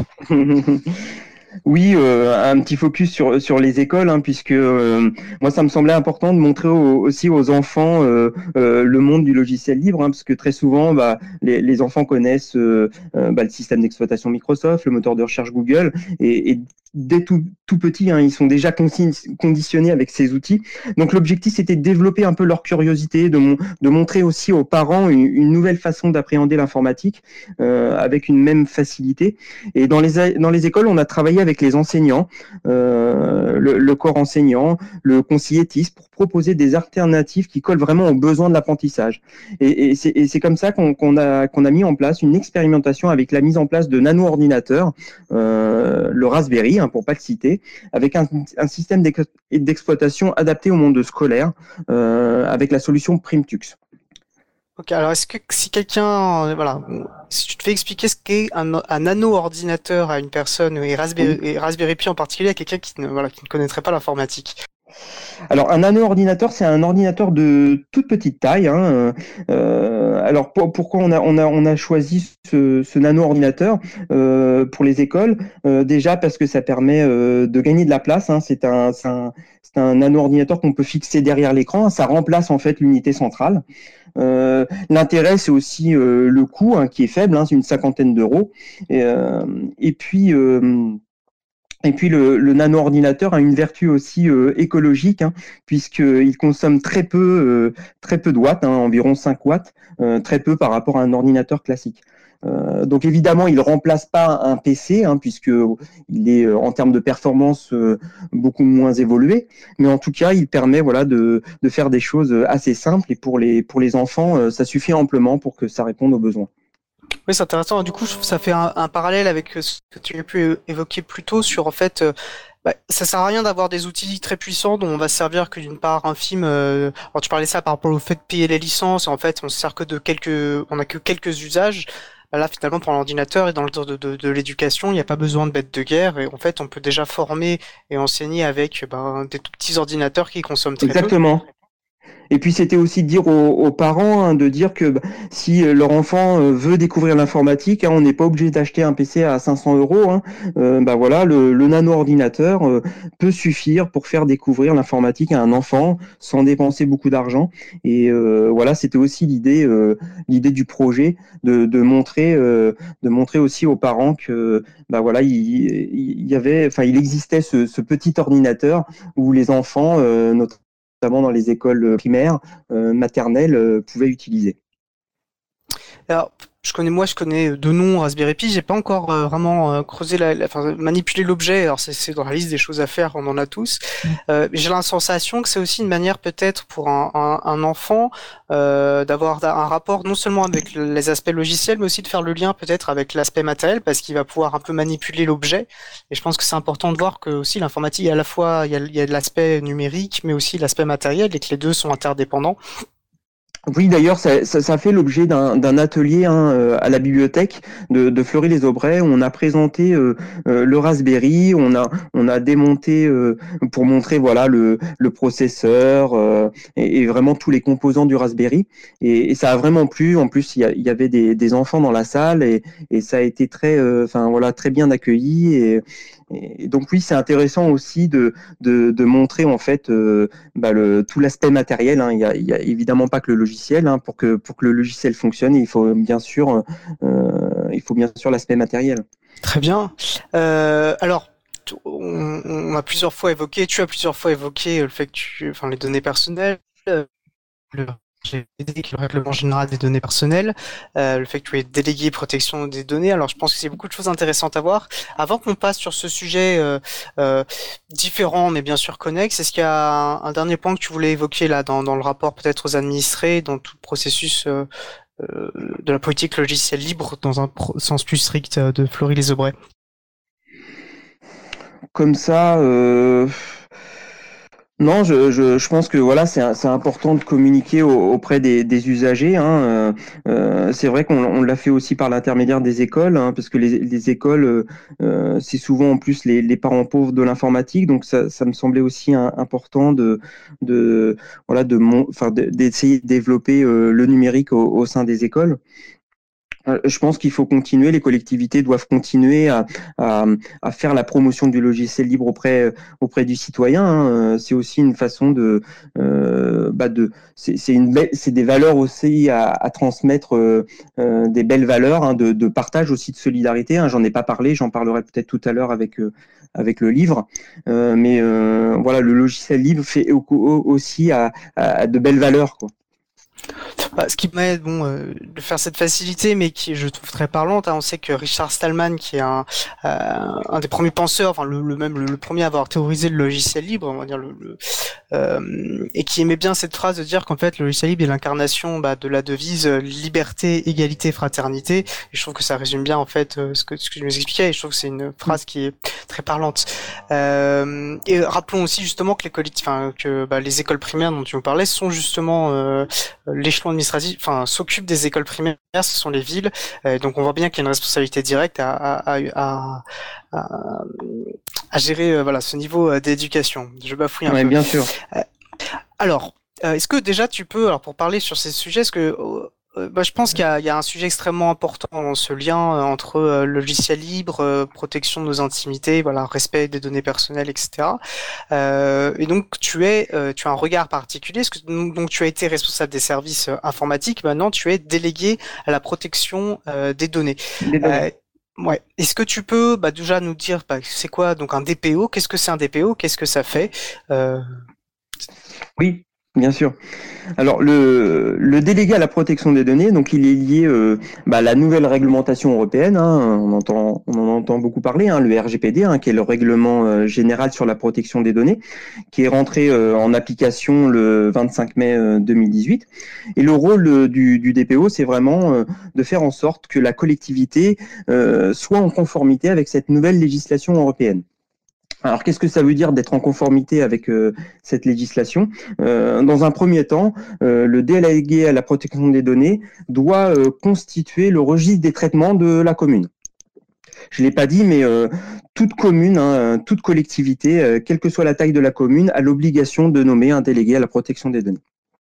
Oui, euh, un petit focus sur sur les écoles, hein, puisque euh, moi ça me semblait important de montrer au, aussi aux enfants euh, euh, le monde du logiciel libre, hein, parce que très souvent, bah, les, les enfants connaissent euh, euh, bah, le système d'exploitation Microsoft, le moteur de recherche Google, et, et dès tout tout petit, hein, ils sont déjà conditionnés avec ces outils. Donc l'objectif c'était de développer un peu leur curiosité, de mon, de montrer aussi aux parents une, une nouvelle façon d'appréhender l'informatique euh, avec une même facilité. Et dans les dans les écoles, on a travaillé avec les enseignants, euh, le, le corps enseignant, le conseiller T I S pour proposer des alternatives qui collent vraiment aux besoins de l'apprentissage. Et, et c'est et c'est comme ça qu'on qu'on a qu'on a mis en place une expérimentation avec la mise en place de nano-ordinateurs, euh, le Raspberry, hein, pour pas le citer, avec un, un système d'exploitation adapté au monde scolaire, euh, avec la solution Primtux. Ok, alors est-ce que si quelqu'un, euh, voilà, si tu te fais expliquer ce qu'est un, un nano-ordinateur à une personne, et Raspberry, et Raspberry Pi en particulier, à quelqu'un qui ne, voilà, qui ne connaîtrait pas l'informatique. Alors un nano-ordinateur, c'est un ordinateur de toute petite taille. Hein. Euh, alors pour, pourquoi on a, on a, on a choisi ce, ce nano-ordinateur euh, pour les écoles euh, déjà parce que ça permet euh, de gagner de la place. Hein. C'est un, c'est un, c'est un nano-ordinateur qu'on peut fixer derrière l'écran. Ça remplace en fait l'unité centrale. Euh, l'intérêt, c'est aussi euh, le coût hein, qui est faible, hein, c'est une cinquantaine d'euros. Et, euh, et puis, euh, et puis le, le nano-ordinateur a une vertu aussi euh, écologique, hein, puisqu'il consomme très peu, euh, très peu de watts, hein, environ cinq watts, euh, très peu par rapport à un ordinateur classique. Euh, donc évidemment, il remplace pas un P C, hein, puisque il est euh, en termes de performance euh, beaucoup moins évolué. Mais en tout cas, il permet voilà de, de faire des choses assez simples et pour les pour les enfants, euh, ça suffit amplement pour que ça réponde aux besoins. Oui, c'est intéressant. Du coup, je trouve que ça fait un, un parallèle avec ce que tu as pu évoquer plus tôt sur en fait. Euh, Bah, ça sert à rien d'avoir des outils très puissants dont on va se servir que d'une part infime. Euh, alors tu parlais ça par rapport au fait de payer les licences. En fait, on se sert que de quelques, on a que quelques usages. Bah, là, finalement, pour l'ordinateur et dans le cadre de, de, de l'éducation, il n'y a pas besoin de bêtes de guerre. Et en fait, on peut déjà former et enseigner avec ben, des tout petits ordinateurs qui consomment très Exactement. peu. Et puis c'était aussi de dire aux, aux parents, hein, de dire que bah, si leur enfant euh, veut découvrir l'informatique, hein, on n'est pas obligé d'acheter un P C à cinq cents euros. Hein, euh, bah voilà, le, le nano-ordinateur euh, peut suffire pour faire découvrir l'informatique à un enfant sans dépenser beaucoup d'argent. Et euh, voilà, c'était aussi l'idée, euh, l'idée du projet de, de montrer, euh, de montrer aussi aux parents que bah voilà, il, il y avait, enfin, il existait ce, ce petit ordinateur où les enfants, euh, notamment notamment dans les écoles primaires, euh, maternelles, euh, pouvaient utiliser. Alors, je connais, moi, je connais de nom Raspberry Pi. J'ai pas encore euh, vraiment euh, creusé la, la- enfin, manipulé l'objet. Alors, c'est c'est dans la liste des choses à faire. On en a tous. Euh, mais j'ai la sensation que c'est aussi une manière, peut-être, pour un, un, un enfant euh, d'avoir un rapport non seulement avec le- les aspects logiciels, mais aussi de faire le lien, peut-être, avec l'aspect matériel, parce qu'il va pouvoir un peu manipuler l'objet. Et je pense que c'est important de voir que aussi l'informatique, à la fois, il y a, il y a de l'aspect numérique, mais aussi l'aspect matériel, et que les deux sont interdépendants. Oui, d'ailleurs, ça, ça, ça fait l'objet d'un d'un atelier hein, euh, à la bibliothèque de, de Fleury-les-Aubrais. On a présenté euh, euh, le Raspberry, on a on a démonté euh, pour montrer voilà le, le processeur euh, et, et vraiment tous les composants du Raspberry. Et, et ça a vraiment plu. En plus, il y, a, il y avait des, des enfants dans la salle et, et ça a été très, euh, enfin voilà, très bien accueilli. Et, et donc oui, c'est intéressant aussi de de, de montrer en fait euh, bah, le, tout l'aspect matériel. Hein. Il y a, il y a évidemment pas que le logiciel. Hein. Pour que pour que le logiciel fonctionne, il faut bien sûr euh, il faut bien sûr l'aspect matériel. Très bien. Euh, alors, t- on, on a plusieurs fois évoqué, tu as plusieurs fois évoqué le fait que tu, enfin, les données personnelles, euh, le G P D, qui est le règlement général des données personnelles, euh, le fait que tu es délégué protection des données. Alors, je pense que c'est beaucoup de choses intéressantes à voir. Avant qu'on passe sur ce sujet euh, euh, différent, mais bien sûr connexe, est-ce qu'il y a un, un dernier point que tu voulais évoquer là dans, dans le rapport peut-être aux administrés, dans tout le processus euh, euh, de la politique logicielle libre dans un pro- sens plus strict euh, de Fleury-les-Aubrais? Comme ça. Euh... Non, je, je, je pense que voilà, c'est c'est important de communiquer au- auprès des, des usagers. Hein. Euh, euh, c'est vrai qu'on on l'a fait aussi par l'intermédiaire des écoles, hein, parce que les, les écoles, euh, euh, c'est souvent en plus les, les parents pauvres de l'informatique, donc ça, ça me semblait aussi un- important de, de voilà, de mon, enfin, de- d'essayer de développer euh, le numérique au, au sein des écoles. Euh, Je pense qu'il faut continuer, les collectivités doivent continuer à, à, à faire la promotion du logiciel libre auprès, auprès du citoyen. Hein. Euh, C'est aussi une façon de, euh, bah de, c'est c'est une belle, c'est des valeurs aussi à, à transmettre, euh, euh, des belles valeurs hein, de, de partage aussi de solidarité. Hein. J'en ai pas parlé, j'en parlerai peut-être tout à l'heure avec euh, avec le livre. Euh, mais euh, voilà, le logiciel libre fait au- au- aussi à, à de belles valeurs, quoi. Bah, ce qui permet bon, euh, de faire cette facilité, mais qui je trouve très parlante. Hein. On sait que Richard Stallman, qui est un, euh, un des premiers penseurs, enfin le, le même le, le premier à avoir théorisé le logiciel libre, on va dire le, le euh, et qui aimait bien cette phrase de dire qu'en fait le logiciel libre est l'incarnation bah, de la devise euh, liberté, égalité, fraternité. Et je trouve que ça résume bien en fait euh, ce que ce que je nous expliquais. Et je trouve que c'est une phrase qui est très parlante. Euh, et rappelons aussi justement que les colli- enfin que bah, les écoles primaires dont tu nous parlais sont justement euh, l'échelon administratif, enfin, s'occupe des écoles primaires, ce sont les villes. Euh, donc, on voit bien qu'il y a une responsabilité directe à, à, à, à, à gérer, euh, voilà, ce niveau euh, d'éducation. Je bafouille un Ouais, peu. bien sûr. Euh, alors, euh, est-ce que déjà tu peux, alors pour parler sur ces sujets, est-ce que euh, euh, bah, je pense qu'il y a, il y a un sujet extrêmement important dans ce lien euh, entre euh, le logiciel libre, euh, protection de nos intimités, voilà, respect des données personnelles, et cetera. Euh, et donc tu es, euh, tu as un regard particulier, parce que donc, donc tu as été responsable des services euh, informatiques, maintenant tu es délégué à la protection euh, des données. Des données. Euh, ouais. Est-ce que tu peux bah, déjà nous dire bah, c'est quoi donc un D P O? Qu'est-ce que c'est un D P O? Qu'est-ce que ça fait? euh... Oui, bien sûr. Alors le, le délégué à la protection des données, donc il est lié euh, bah, à la nouvelle réglementation européenne. Hein, on entend, on en entend beaucoup parler, hein, le R G P D, hein, qui est le règlement euh, général sur la protection des données, qui est rentré euh, en application le vingt-cinq mai euh, deux mille dix-huit. Et le rôle euh, du, du D P O, c'est vraiment euh, de faire en sorte que la collectivité euh, soit en conformité avec cette nouvelle législation européenne. Alors, qu'est-ce que ça veut dire d'être en conformité avec euh, cette législation? Euh, Dans un premier temps, euh, le délégué à la protection des données doit euh, constituer le registre des traitements de la commune. Je l'ai pas dit, mais euh, toute commune, hein, toute collectivité, euh, quelle que soit la taille de la commune, a l'obligation de nommer un délégué à la protection des données.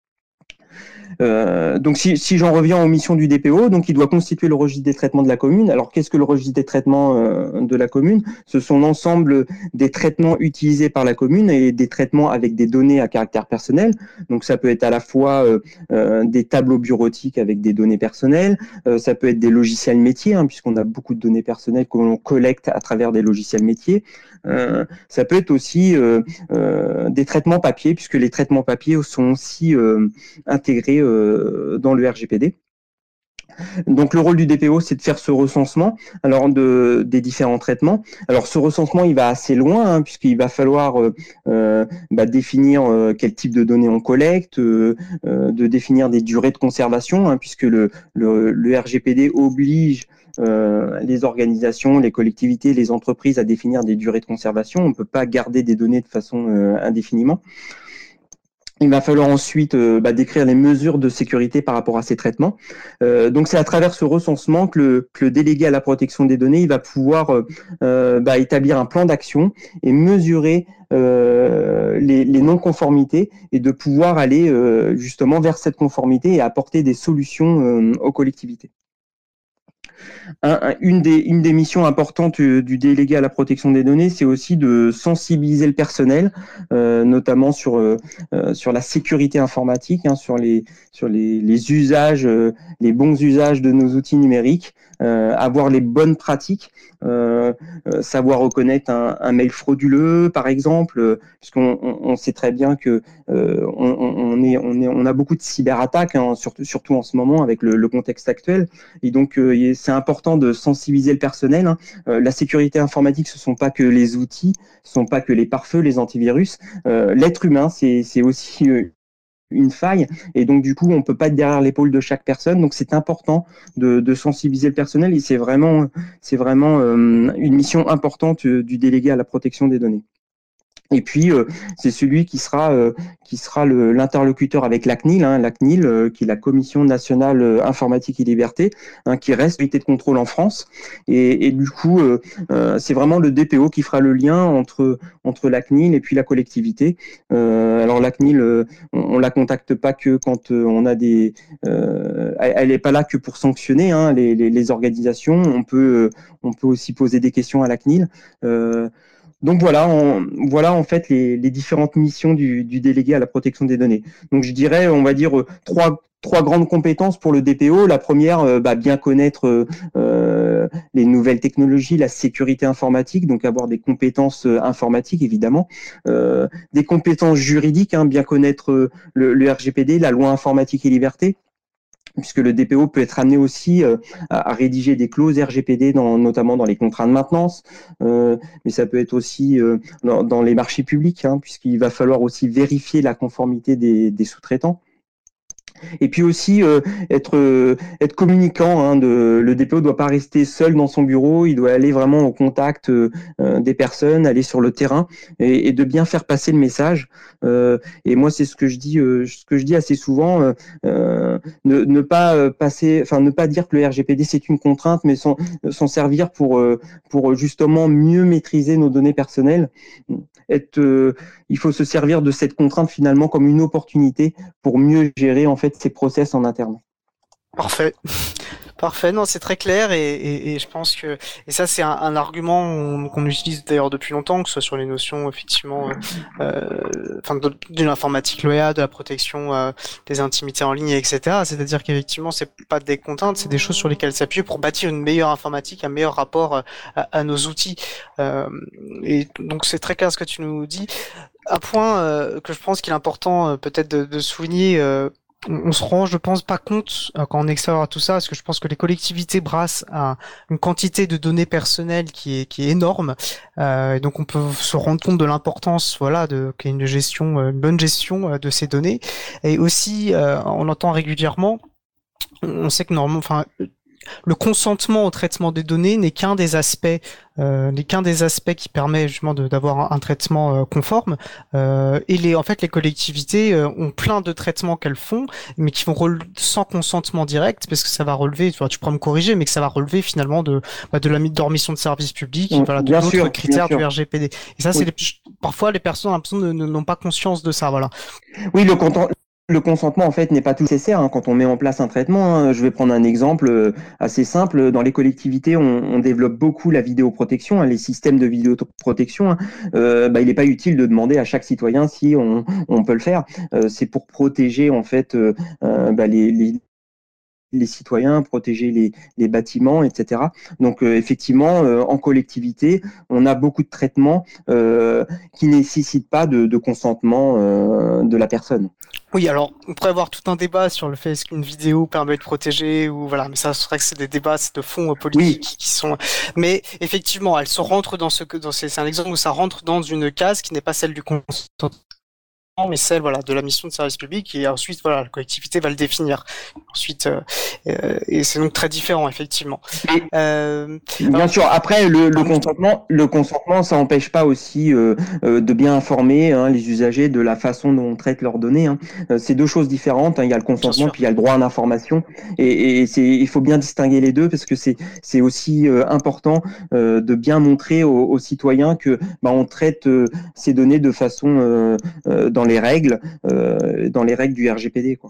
Euh, donc si, si j'en reviens aux missions du D P O, donc il doit constituer le registre des traitements de la commune. Alors qu'est-ce que le registre des traitements euh, de la commune? Ce sont l'ensemble des traitements utilisés par la commune et des traitements avec des données à caractère personnel. Donc ça peut être à la fois euh, euh, des tableaux bureautiques avec des données personnelles, euh, ça peut être des logiciels métiers, hein, puisqu'on a beaucoup de données personnelles que l'on collecte à travers des logiciels métiers. Euh, ça peut être aussi euh, euh, des traitements papier, puisque les traitements papier sont aussi euh, intégrés euh, dans le R G P D. Donc le rôle du D P O, c'est de faire ce recensement alors de, des différents traitements. Alors ce recensement, il va assez loin, hein, puisqu'il va falloir euh, euh, bah, définir euh, quel type de données on collecte, euh, euh, de définir des durées de conservation, hein, puisque le, le, le R G P D oblige Euh, les organisations, les collectivités, les entreprises à définir des durées de conservation. On ne peut pas garder des données de façon euh, indéfiniment. Il va falloir ensuite euh, bah, décrire les mesures de sécurité par rapport à ces traitements. Euh, donc c'est à travers ce recensement que le, que le délégué à la protection des données il va pouvoir euh, bah, établir un plan d'action et mesurer euh, les, les non-conformités et de pouvoir aller euh, justement vers cette conformité et apporter des solutions euh, aux collectivités. Un, un, une, des, une des missions importantes du, du délégué à la protection des données, c'est aussi de sensibiliser le personnel, euh, notamment sur, euh, sur la sécurité informatique, hein, sur, les, sur les, les usages, euh, les bons usages de nos outils numériques, euh, avoir les bonnes pratiques, euh, euh, savoir reconnaître un, un mail frauduleux, par exemple, euh, puisqu'on on, on sait très bien que euh, on, on, est, on, est, on a beaucoup de cyberattaques, hein, surtout, surtout en ce moment avec le, le contexte actuel, et donc euh, c'est important de sensibiliser le personnel. Hein. Euh, la sécurité informatique, ce ne sont pas que les outils, ce ne sont pas que les pare-feux, les antivirus. Euh, l'être humain, c'est, c'est aussi euh, une faille, et donc du coup, on ne peut pas être derrière l'épaule de chaque personne. Donc c'est important de, de sensibiliser le personnel, et c'est vraiment, c'est vraiment euh, une mission importante euh, du délégué à la protection des données. Et puis, euh, c'est celui qui sera, euh, qui sera le, l'interlocuteur avec la C N I L, hein, la C N I L, euh, qui est la Commission nationale euh, informatique et liberté, hein, qui reste l'autorité de contrôle en France. Et, et du coup, euh, euh, c'est vraiment le D P O qui fera le lien entre, entre la C N I L et puis la collectivité. Euh, alors, la C N I L, euh, on ne la contacte pas que quand euh, on a des... Euh, elle n'est pas là que pour sanctionner hein, les, les, les organisations. On peut, euh, on peut aussi poser des questions à la C N I L. Euh, Donc voilà, on, voilà en fait les, les différentes missions du, du délégué à la protection des données. Donc je dirais, on va dire euh, trois trois grandes compétences pour le D P O. La première, euh, bah, bien connaître euh, les nouvelles technologies, la sécurité informatique, donc avoir des compétences euh, informatiques évidemment, euh, des compétences juridiques, hein, bien connaître euh, le, le R G P D, la loi informatique et liberté, puisque le D P O peut être amené aussi euh, à, à rédiger des clauses R G P D, dans, notamment dans les contrats de maintenance, euh, mais ça peut être aussi euh, dans, dans les marchés publics, hein, puisqu'il va falloir aussi vérifier la conformité des, des sous-traitants. Et puis aussi euh, être euh, être communicant. Hein, de, le D P O ne doit pas rester seul dans son bureau, il doit aller vraiment au contact euh, des personnes, aller sur le terrain et, et de bien faire passer le message. Euh, et moi, c'est ce que je dis, euh, ce que je dis assez souvent. Euh, euh, ne, ne pas passer, enfin ne pas dire que le R G P D c'est une contrainte, mais s'en, s'en servir pour euh, pour justement mieux maîtriser nos données personnelles. Être, euh, il faut se servir de cette contrainte finalement comme une opportunité pour mieux gérer en fait ces process en interne. Parfait. Parfait, non, c'est très clair et, et, et je pense que et ça c'est un, un argument qu'on utilise d'ailleurs depuis longtemps, que ce soit sur les notions effectivement, euh, enfin de, de l'informatique loyale, de la protection euh, des intimités en ligne, et cetera. C'est-à-dire qu'effectivement c'est pas des contraintes, c'est des choses sur lesquelles s'appuyer pour bâtir une meilleure informatique, un meilleur rapport à, à nos outils. Euh, et donc c'est très clair ce que tu nous dis. Un point euh, que je pense qu'il est important euh, peut-être de, de souligner. Euh, on se rend, je pense, pas compte euh, quand on explore tout ça, parce que je pense que les collectivités brassent un, une quantité de données personnelles qui est qui est énorme, euh, et donc on peut se rendre compte de l'importance, voilà, de qu'il y ait une gestion, une bonne gestion euh, de ces données. Et aussi, euh, on entend régulièrement, on sait que normalement, enfin. Le consentement au traitement des données n'est qu'un des aspects, euh, n'est qu'un des aspects qui permet justement de, d'avoir un, un traitement euh, conforme. Euh, et les, en fait, les collectivités euh, ont plein de traitements qu'elles font, mais qui vont rele- sans consentement direct, parce que ça va relever. Tu vois, tu pourras me corriger, mais que ça va relever finalement de bah, de la dormition de service public, Mmh, voilà, de bien d'autres sûr, critères bien du sûr. R G P D. Et ça, c'est Oui. les, parfois les personnes ont l'impression de, ne, n'ont pas conscience de ça, voilà. Oui, le, content- le consentement en fait n'est pas tout nécessaire hein, quand on met en place un traitement. Hein. Je vais prendre un exemple euh, assez simple. Dans les collectivités, on, on développe beaucoup la vidéoprotection, hein, les systèmes de vidéoprotection. Hein. Euh, bah, il n'est pas utile de demander à chaque citoyen si on, on peut le faire. Euh, c'est pour protéger en fait euh, euh, bah, les, les les citoyens, protéger les, les bâtiments, et cetera. Donc euh, effectivement, euh, en collectivité, on a beaucoup de traitements euh, qui ne nécessitent pas de, de consentement euh, de la personne. Oui, alors on pourrait avoir tout un débat sur le fait est-ce qu'une vidéo permet de protéger ou voilà, mais ça c'est vrai que c'est des débats c'est de fond euh, politiques Oui. qui, qui sont. Mais effectivement, elle se rentre dans ce que dans c'est c'est un exemple où ça rentre dans une case qui n'est pas celle du consentement, mais celle voilà de la mission de service public et ensuite voilà la collectivité va le définir. Ensuite euh, euh, et c'est donc très différent effectivement. Et- Euh, Bien alors, sûr. Après, le, le en même temps- consentement, le consentement, ça n'empêche pas aussi euh, euh, de bien informer hein, les usagers de la façon dont on traite leurs données. Hein. Euh, c'est deux choses différentes. Hein. Il y a le consentement, sûr. puis il y a le droit à l'information. Et, et c'est, il faut bien distinguer les deux parce que c'est, c'est aussi euh, important euh, de bien montrer aux, aux citoyens que bah, on traite euh, ces données de façon euh, euh, dans les règles, euh, dans les règles du R G P D, quoi.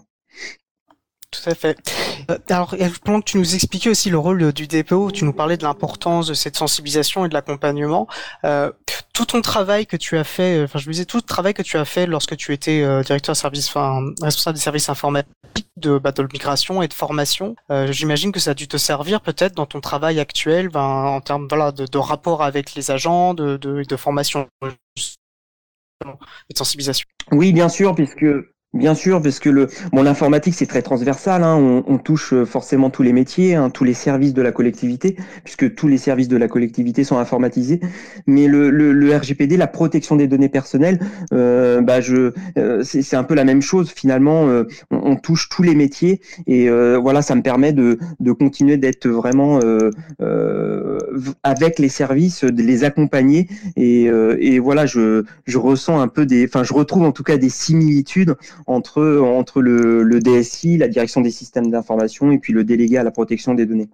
Tout à fait. Euh, alors, et pendant que tu nous expliquais aussi le rôle du D P O, tu nous parlais de l'importance de cette sensibilisation et de l'accompagnement. Euh, tout ton travail que tu as fait, enfin, je me disais, tout le travail que tu as fait lorsque tu étais euh, directeur de service, enfin, responsable des services informatiques de battle migration et de formation, euh, j'imagine que ça a dû te servir peut-être dans ton travail actuel, ben, en termes, voilà, de, de rapport avec les agents, de, de, de formation, justement, et de sensibilisation. Oui, bien sûr, puisque bien sûr, parce que le bon, l'informatique c'est très transversal. Hein, on, on touche forcément tous les métiers, hein, tous les services de la collectivité, puisque tous les services de la collectivité sont informatisés. Mais le, le, le R G P D, la protection des données personnelles, euh, bah je, euh, c'est, c'est un peu la même chose finalement. Euh, on, on touche tous les métiers et euh, voilà, ça me permet de, de continuer d'être vraiment euh, euh, avec les services, de les accompagner et, euh, et voilà, je, je ressens un peu des, enfin, je retrouve en tout cas des similitudes entre, entre le, le D S I, la direction des systèmes d'information, et puis le délégué à la protection des données.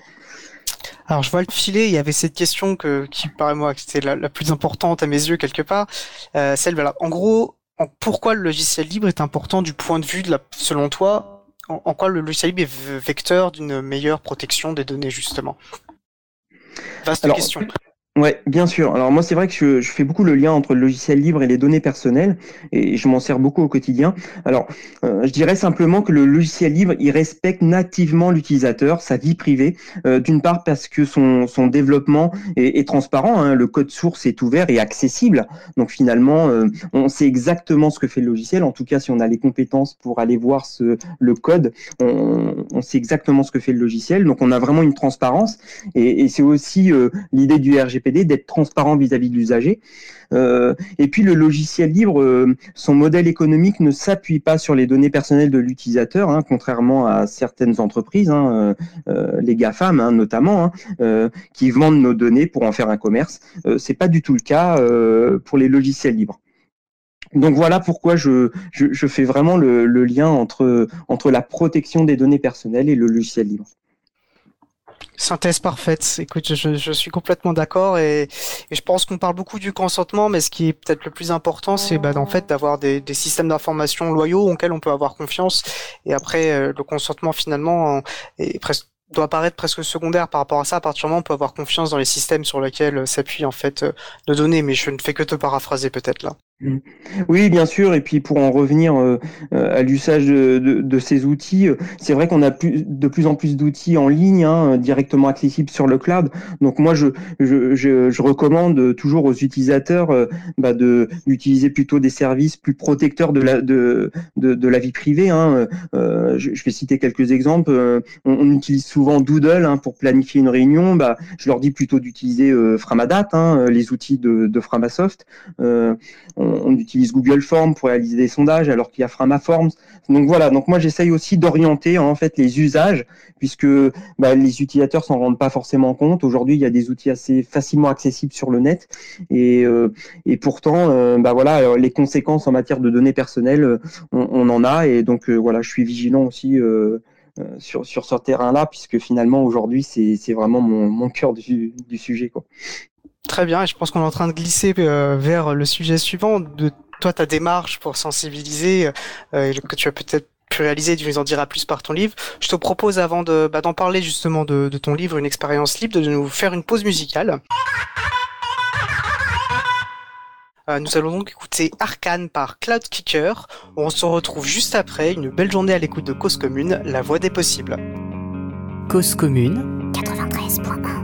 Alors je vois le filet, il y avait cette question que, qui paraît moi que c'était la, la plus importante à mes yeux quelque part, euh, celle voilà. En gros, en, pourquoi le logiciel libre est important du point de vue de la, selon toi, en, en quoi le logiciel libre est v- vecteur d'une meilleure protection des données justement. Vaste Alors, question. Ouais, bien sûr. Alors moi, c'est vrai que je, je fais beaucoup le lien entre le logiciel libre et les données personnelles, et je m'en sers beaucoup au quotidien. Alors, euh, je dirais simplement que le logiciel libre, il respecte nativement l'utilisateur, sa vie privée, euh, d'une part parce que son, son développement est, est transparent, hein, le code source est ouvert et accessible, donc finalement, euh, on sait exactement ce que fait le logiciel, en tout cas si on a les compétences pour aller voir ce, le code, on, on sait exactement ce que fait le logiciel, donc on a vraiment une transparence, et, et c'est aussi euh, l'idée du R G P D d'être transparent vis-à-vis de l'usager. Euh, et puis le logiciel libre, euh, son modèle économique ne s'appuie pas sur les données personnelles de l'utilisateur, hein, contrairement à certaines entreprises, hein, euh, les GAFAM hein, notamment, hein, euh, qui vendent nos données pour en faire un commerce. Euh, c'est pas du tout le cas euh, pour les logiciels libres. Donc voilà pourquoi je, je, je fais vraiment le, le lien entre, entre la protection des données personnelles et le logiciel libre. Synthèse parfaite. Écoute, je, je suis complètement d'accord et, et je pense qu'on parle beaucoup du consentement, mais ce qui est peut-être le plus important, c'est bah, en fait d'avoir des, des systèmes d'information loyaux auxquels on peut avoir confiance. Et après, euh, le consentement finalement est presque doit paraître presque secondaire par rapport à ça. À partir du moment où on peut avoir confiance dans les systèmes sur lesquels s'appuient en fait euh, nos données. Mais je ne fais que te paraphraser peut-être là. Oui, bien sûr. Et puis pour en revenir euh, à l'usage de, de, de ces outils, c'est vrai qu'on a plus, de plus en plus d'outils en ligne, hein, directement accessibles sur le cloud. Donc moi, je, je, je, je recommande toujours aux utilisateurs euh, bah, de d'utiliser plutôt des services plus protecteurs de la de de, de la vie privée. Hein. Euh, je, je vais citer quelques exemples. Euh, on, on utilise souvent Doodle hein, pour planifier une réunion. Bah, je leur dis plutôt d'utiliser euh, Framadat, hein, les outils de, de Framasoft. Euh, on, on utilise Google Forms pour réaliser des sondages alors qu'il y a Framaforms. Donc voilà, donc moi j'essaye aussi d'orienter hein, en fait les usages puisque bah, les utilisateurs s'en rendent pas forcément compte. Aujourd'hui, il y a des outils assez facilement accessibles sur le net et, euh, et pourtant euh, bah voilà, les conséquences en matière de données personnelles, on, on en a et donc euh, voilà, je suis vigilant aussi euh, sur sur ce terrain-là puisque finalement aujourd'hui c'est c'est vraiment mon mon cœur du du sujet quoi. Très bien, et je pense qu'on est en train de glisser euh, vers le sujet suivant, de toi, ta démarche pour sensibiliser, euh, que tu as peut-être pu réaliser, tu nous en diras plus par ton livre. Je te propose, avant de, bah, d'en parler justement de, de ton livre, Une expérience libre, de nous faire une pause musicale. Euh, nous allons donc écouter Arcane par Cloudkicker. On se retrouve juste après, une belle journée à l'écoute de Cause Commune, la voix des possibles. Cause Commune quatre-vingt-treize point un.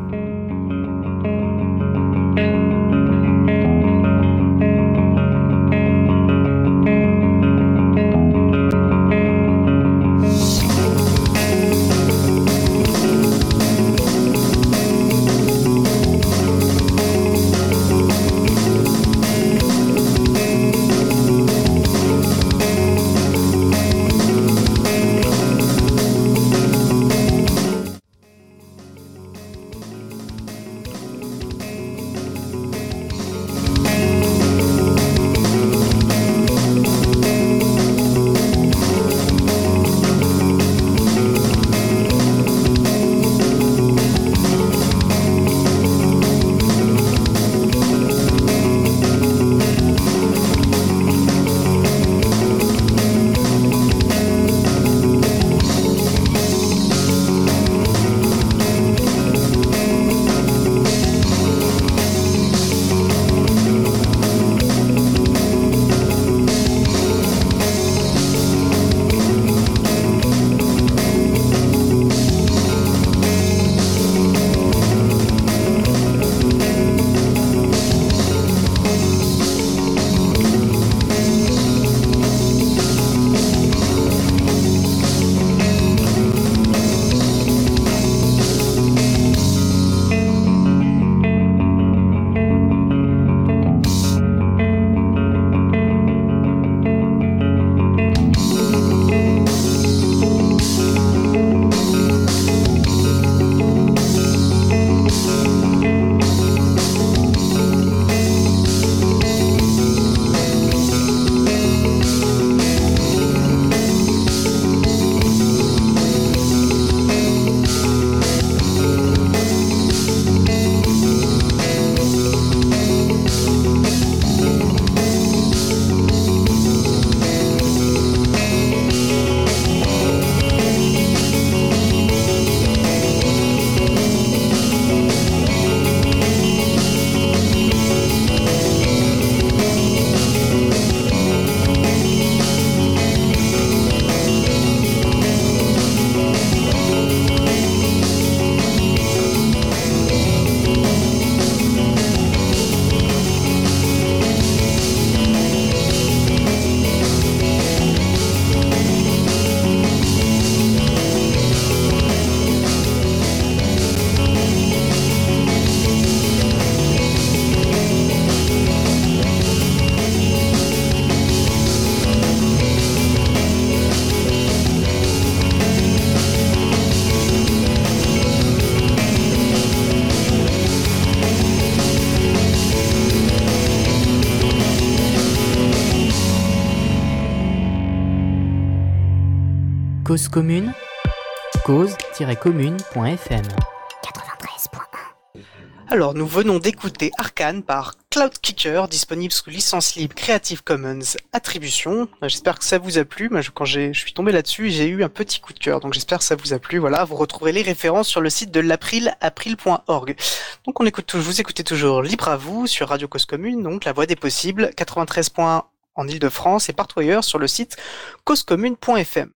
Cause Commune, cause-commune point f m. quatre-vingt-treize point un. Alors, nous venons d'écouter Arcane par Cloudkicker, disponible sous licence libre Creative Commons Attribution. J'espère que ça vous a plu. Moi, je- quand j'ai, je suis tombé là-dessus, j'ai eu un petit coup de cœur. Donc, j'espère que ça vous a plu. Voilà, vous retrouverez les références sur le site de l'April, april point org. Donc, on écoute, tou- vous écoutez toujours Libre à vous sur Radio Cause Commune, donc la voix des possibles, quatre-vingt-treize point un en Ile-de-France et partout ailleurs sur le site cause commune point f m.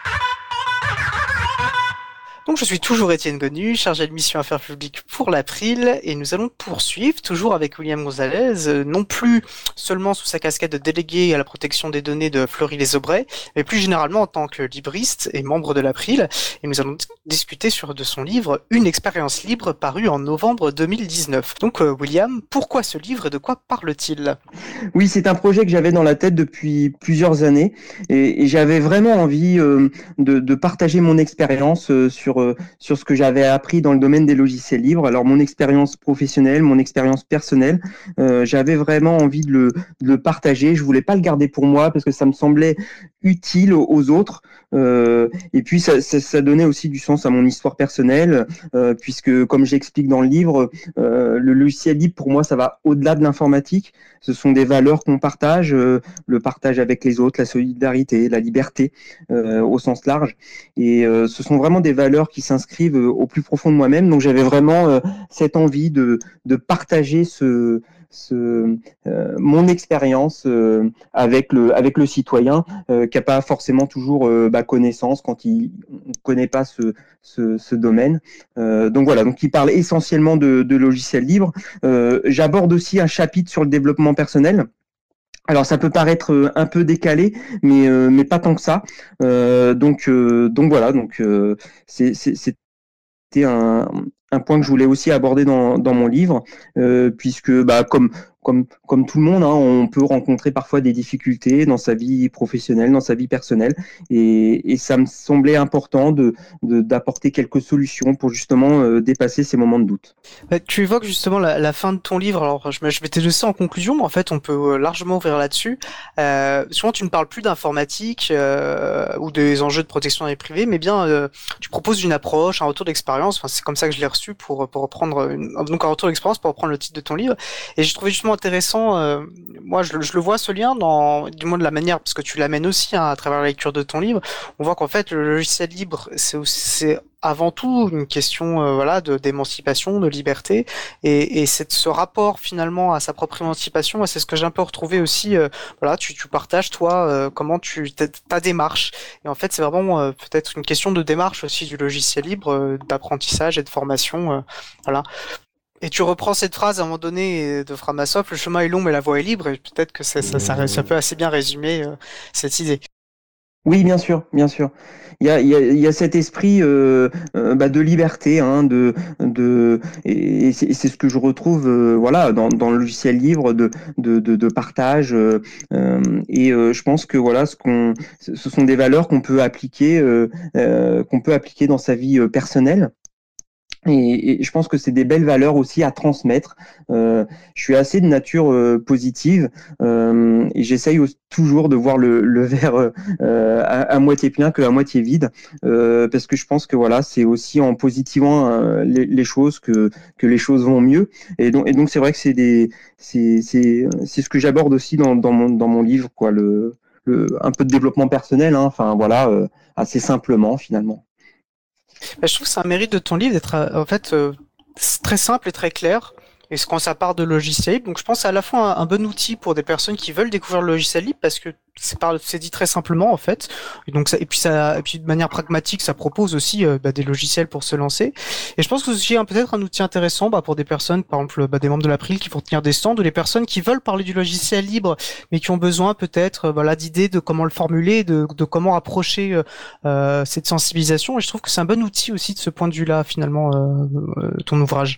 Donc je suis toujours Étienne Gonu, chargé de mission affaires publiques pour l'April, et nous allons poursuivre toujours avec William Gonzalez, euh, non plus seulement sous sa casquette de délégué à la protection des données de Fleury-les-Aubrais, mais plus généralement en tant que libriste et membre de l'April, et nous allons d- discuter sur de son livre Une expérience libre paru en novembre deux mille dix-neuf. Donc euh, William, pourquoi ce livre et de quoi parle-t-il ? Oui, c'est un projet que j'avais dans la tête depuis plusieurs années et, et j'avais vraiment envie euh, de, de partager mon expérience euh, sur sur euh, sur ce que j'avais appris dans le domaine des logiciels libres. Alors mon expérience professionnelle, mon expérience personnelle, euh, j'avais vraiment envie de le, de le partager. Je voulais pas le garder pour moi parce que ça me semblait utile aux, aux autres. Euh, et puis ça, ça, ça donnait aussi du sens à mon histoire personnelle, euh, puisque comme j'explique dans le livre, euh, le logiciel libre pour moi ça va au-delà de l'informatique. Ce sont des valeurs qu'on partage, euh, le partage avec les autres, la solidarité, la liberté euh, au sens large. Et euh, ce sont vraiment des valeurs qui s'inscrivent euh, au plus profond de moi-même. Donc j'avais vraiment euh, cette envie de, de partager ce, ce, euh, mon expérience euh, avec le, avec le citoyen euh, qui n'a pas forcément toujours euh, bah, connaissance quand il ne connaît pas ce, ce, ce domaine. Euh, donc voilà, donc il parle essentiellement de, de logiciels libres. Euh, j'aborde aussi un chapitre sur le développement personnel. Alors ça peut paraître un peu décalé, mais euh, mais pas tant que ça. Euh, donc euh, donc voilà, donc euh, c'est, c'est, c'était un, un point que je voulais aussi aborder dans dans mon livre, euh, puisque bah comme comme comme tout le monde, hein, on peut rencontrer parfois des difficultés dans sa vie professionnelle, dans sa vie personnelle, et, et ça me semblait important de, de d'apporter quelques solutions pour justement euh, dépasser ces moments de doute. Bah, tu évoques justement la, la fin de ton livre. Alors, je, je m'étais laissé en conclusion, mais en fait, on peut largement ouvrir là-dessus. Euh, souvent, tu ne parles plus d'informatique euh, ou des enjeux de protection des privés, mais bien, euh, tu proposes une approche, un retour d'expérience. Enfin, c'est comme ça que je l'ai reçu pour pour reprendre une, donc un retour d'expérience pour reprendre le titre de ton livre. Et j'ai trouvé justement intéressant. Euh, moi, je, je le vois ce lien dans, du moins de la manière, parce que tu l'amènes aussi hein, à travers la lecture de ton livre. On voit qu'en fait, le logiciel libre, c'est aussi, c'est avant tout une question euh, voilà de d'émancipation, de liberté, et, et c'est ce rapport finalement à sa propre émancipation. C'est ce que j'ai un peu retrouvé aussi. Euh, voilà, tu, tu partages toi euh, comment tu ta, ta démarche. Et en fait, c'est vraiment euh, peut-être une question de démarche aussi du logiciel libre, euh, d'apprentissage et de formation. Euh, voilà. Et tu reprends cette phrase à un moment donné de Framasoft, le chemin est long mais la voie est libre, et peut-être que ça, ça, ça, ça peut assez bien résumer euh, cette idée. Oui, bien sûr, bien sûr. Il y a, il y a, il y a cet esprit euh, euh, bah, de liberté, hein, de, de, et c'est, c'est ce que je retrouve, euh, voilà, dans, dans le logiciel libre, de, de, de, de partage. Euh, et euh, je pense que voilà, ce qu'on, ce sont des valeurs qu'on peut appliquer, euh, euh, qu'on peut appliquer dans sa vie euh, personnelle. Et, et je pense que c'est des belles valeurs aussi à transmettre. Euh, je suis assez de nature euh, positive euh, et j'essaye aussi, toujours de voir le, le verre euh, à, à moitié plein que à moitié vide, euh, parce que je pense que voilà, c'est aussi en positivant euh, les, les choses que que les choses vont mieux. Et donc et donc c'est vrai que c'est des c'est c'est c'est ce que j'aborde aussi dans dans mon dans mon livre, quoi, le le un peu de développement personnel, hein, enfin voilà, euh, assez simplement finalement. Bah, je trouve que c'est un mérite de ton livre d'être euh, en fait euh, très simple et très clair. Et quand ça part de logiciel libre, donc je pense que c'est à la fois un, un bon outil pour des personnes qui veulent découvrir le logiciel libre parce que c'est, par, c'est dit très simplement en fait. Et donc ça, et puis ça, et puis de manière pragmatique, ça propose aussi euh, bah, des logiciels pour se lancer. Et je pense que c'est aussi un, peut-être un outil intéressant bah, pour des personnes, par exemple bah, des membres de l'April qui vont tenir des stands, ou les personnes qui veulent parler du logiciel libre mais qui ont besoin peut-être euh, voilà d'idées de comment le formuler, de, de comment approcher euh, euh, cette sensibilisation. Et je trouve que c'est un bon outil aussi de ce point de vue-là finalement euh, euh, ton ouvrage.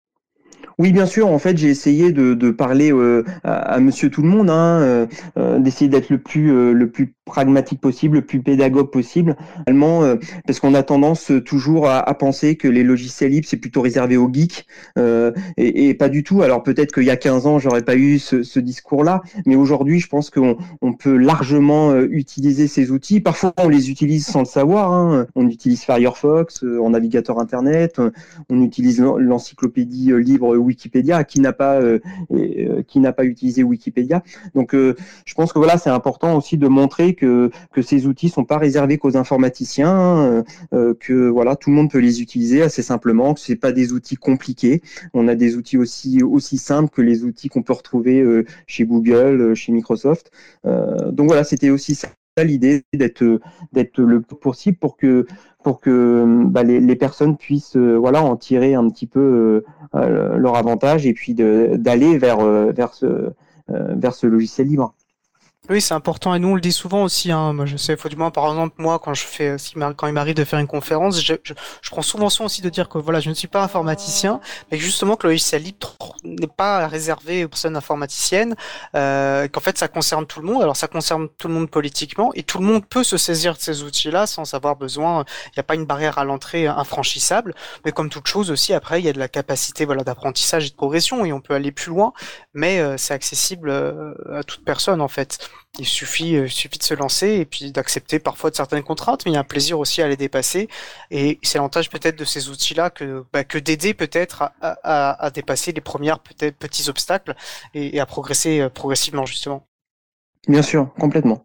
Oui, bien sûr. En fait, j'ai essayé de, de parler euh, à, à Monsieur Tout le Monde, hein, euh, d'essayer d'être le plus euh, le plus pragmatique possible, le plus pédagogue possible. Finalement, euh, parce qu'on a tendance toujours à, à penser que les logiciels libres c'est plutôt réservé aux geeks, euh, et, et pas du tout. Alors peut-être qu'il y a quinze ans, j'aurais pas eu ce, ce discours-là, mais aujourd'hui, je pense qu'on on peut largement euh, utiliser ces outils. Parfois, on les utilise sans le savoir. Hein. On utilise Firefox euh, en navigateur Internet, euh, on utilise l'encyclopédie euh, libre Wikipédia, qui n'a pas euh, euh, qui n'a pas utilisé Wikipédia. Donc euh, je pense que voilà, c'est important aussi de montrer que que ces outils sont pas réservés qu'aux informaticiens, euh, que voilà, tout le monde peut les utiliser assez simplement, que c'est pas des outils compliqués. On a des outils aussi aussi simples que les outils qu'on peut retrouver euh, chez Google, chez Microsoft. Euh, donc voilà, c'était aussi ça l'idée, d'être d'être le plus possible pour que pour que bah, les, les personnes puissent euh, voilà en tirer un petit peu euh, leur avantage, et puis de, d'aller vers euh, vers ce euh, vers ce logiciel libre. Oui, c'est important et nous on le dit souvent aussi. Hein. Moi, je sais, faut du moins, par exemple, moi, quand je fais, si m'ar- quand il m'arrive de faire une conférence, je, je, je prends souvent soin aussi de dire que voilà, je ne suis pas informaticien, mais justement que le logiciel libre tr- n'est pas réservé aux personnes informaticiennes, euh, qu'en fait ça concerne tout le monde. Alors ça concerne tout le monde politiquement et tout le monde peut se saisir de ces outils-là sans avoir besoin. Il n'y a pas une barrière à l'entrée infranchissable, mais comme toute chose aussi, après il y a de la capacité voilà d'apprentissage et de progression et on peut aller plus loin, mais euh, c'est accessible euh, à toute personne en fait. Il suffit, euh, il suffit de se lancer et puis d'accepter parfois de certaines contraintes, mais il y a un plaisir aussi à les dépasser. Et c'est l'avantage peut-être de ces outils-là que, bah, que d'aider peut-être à, à, à dépasser les premières peut-être petits obstacles et, et à progresser euh, progressivement justement. Bien sûr, complètement.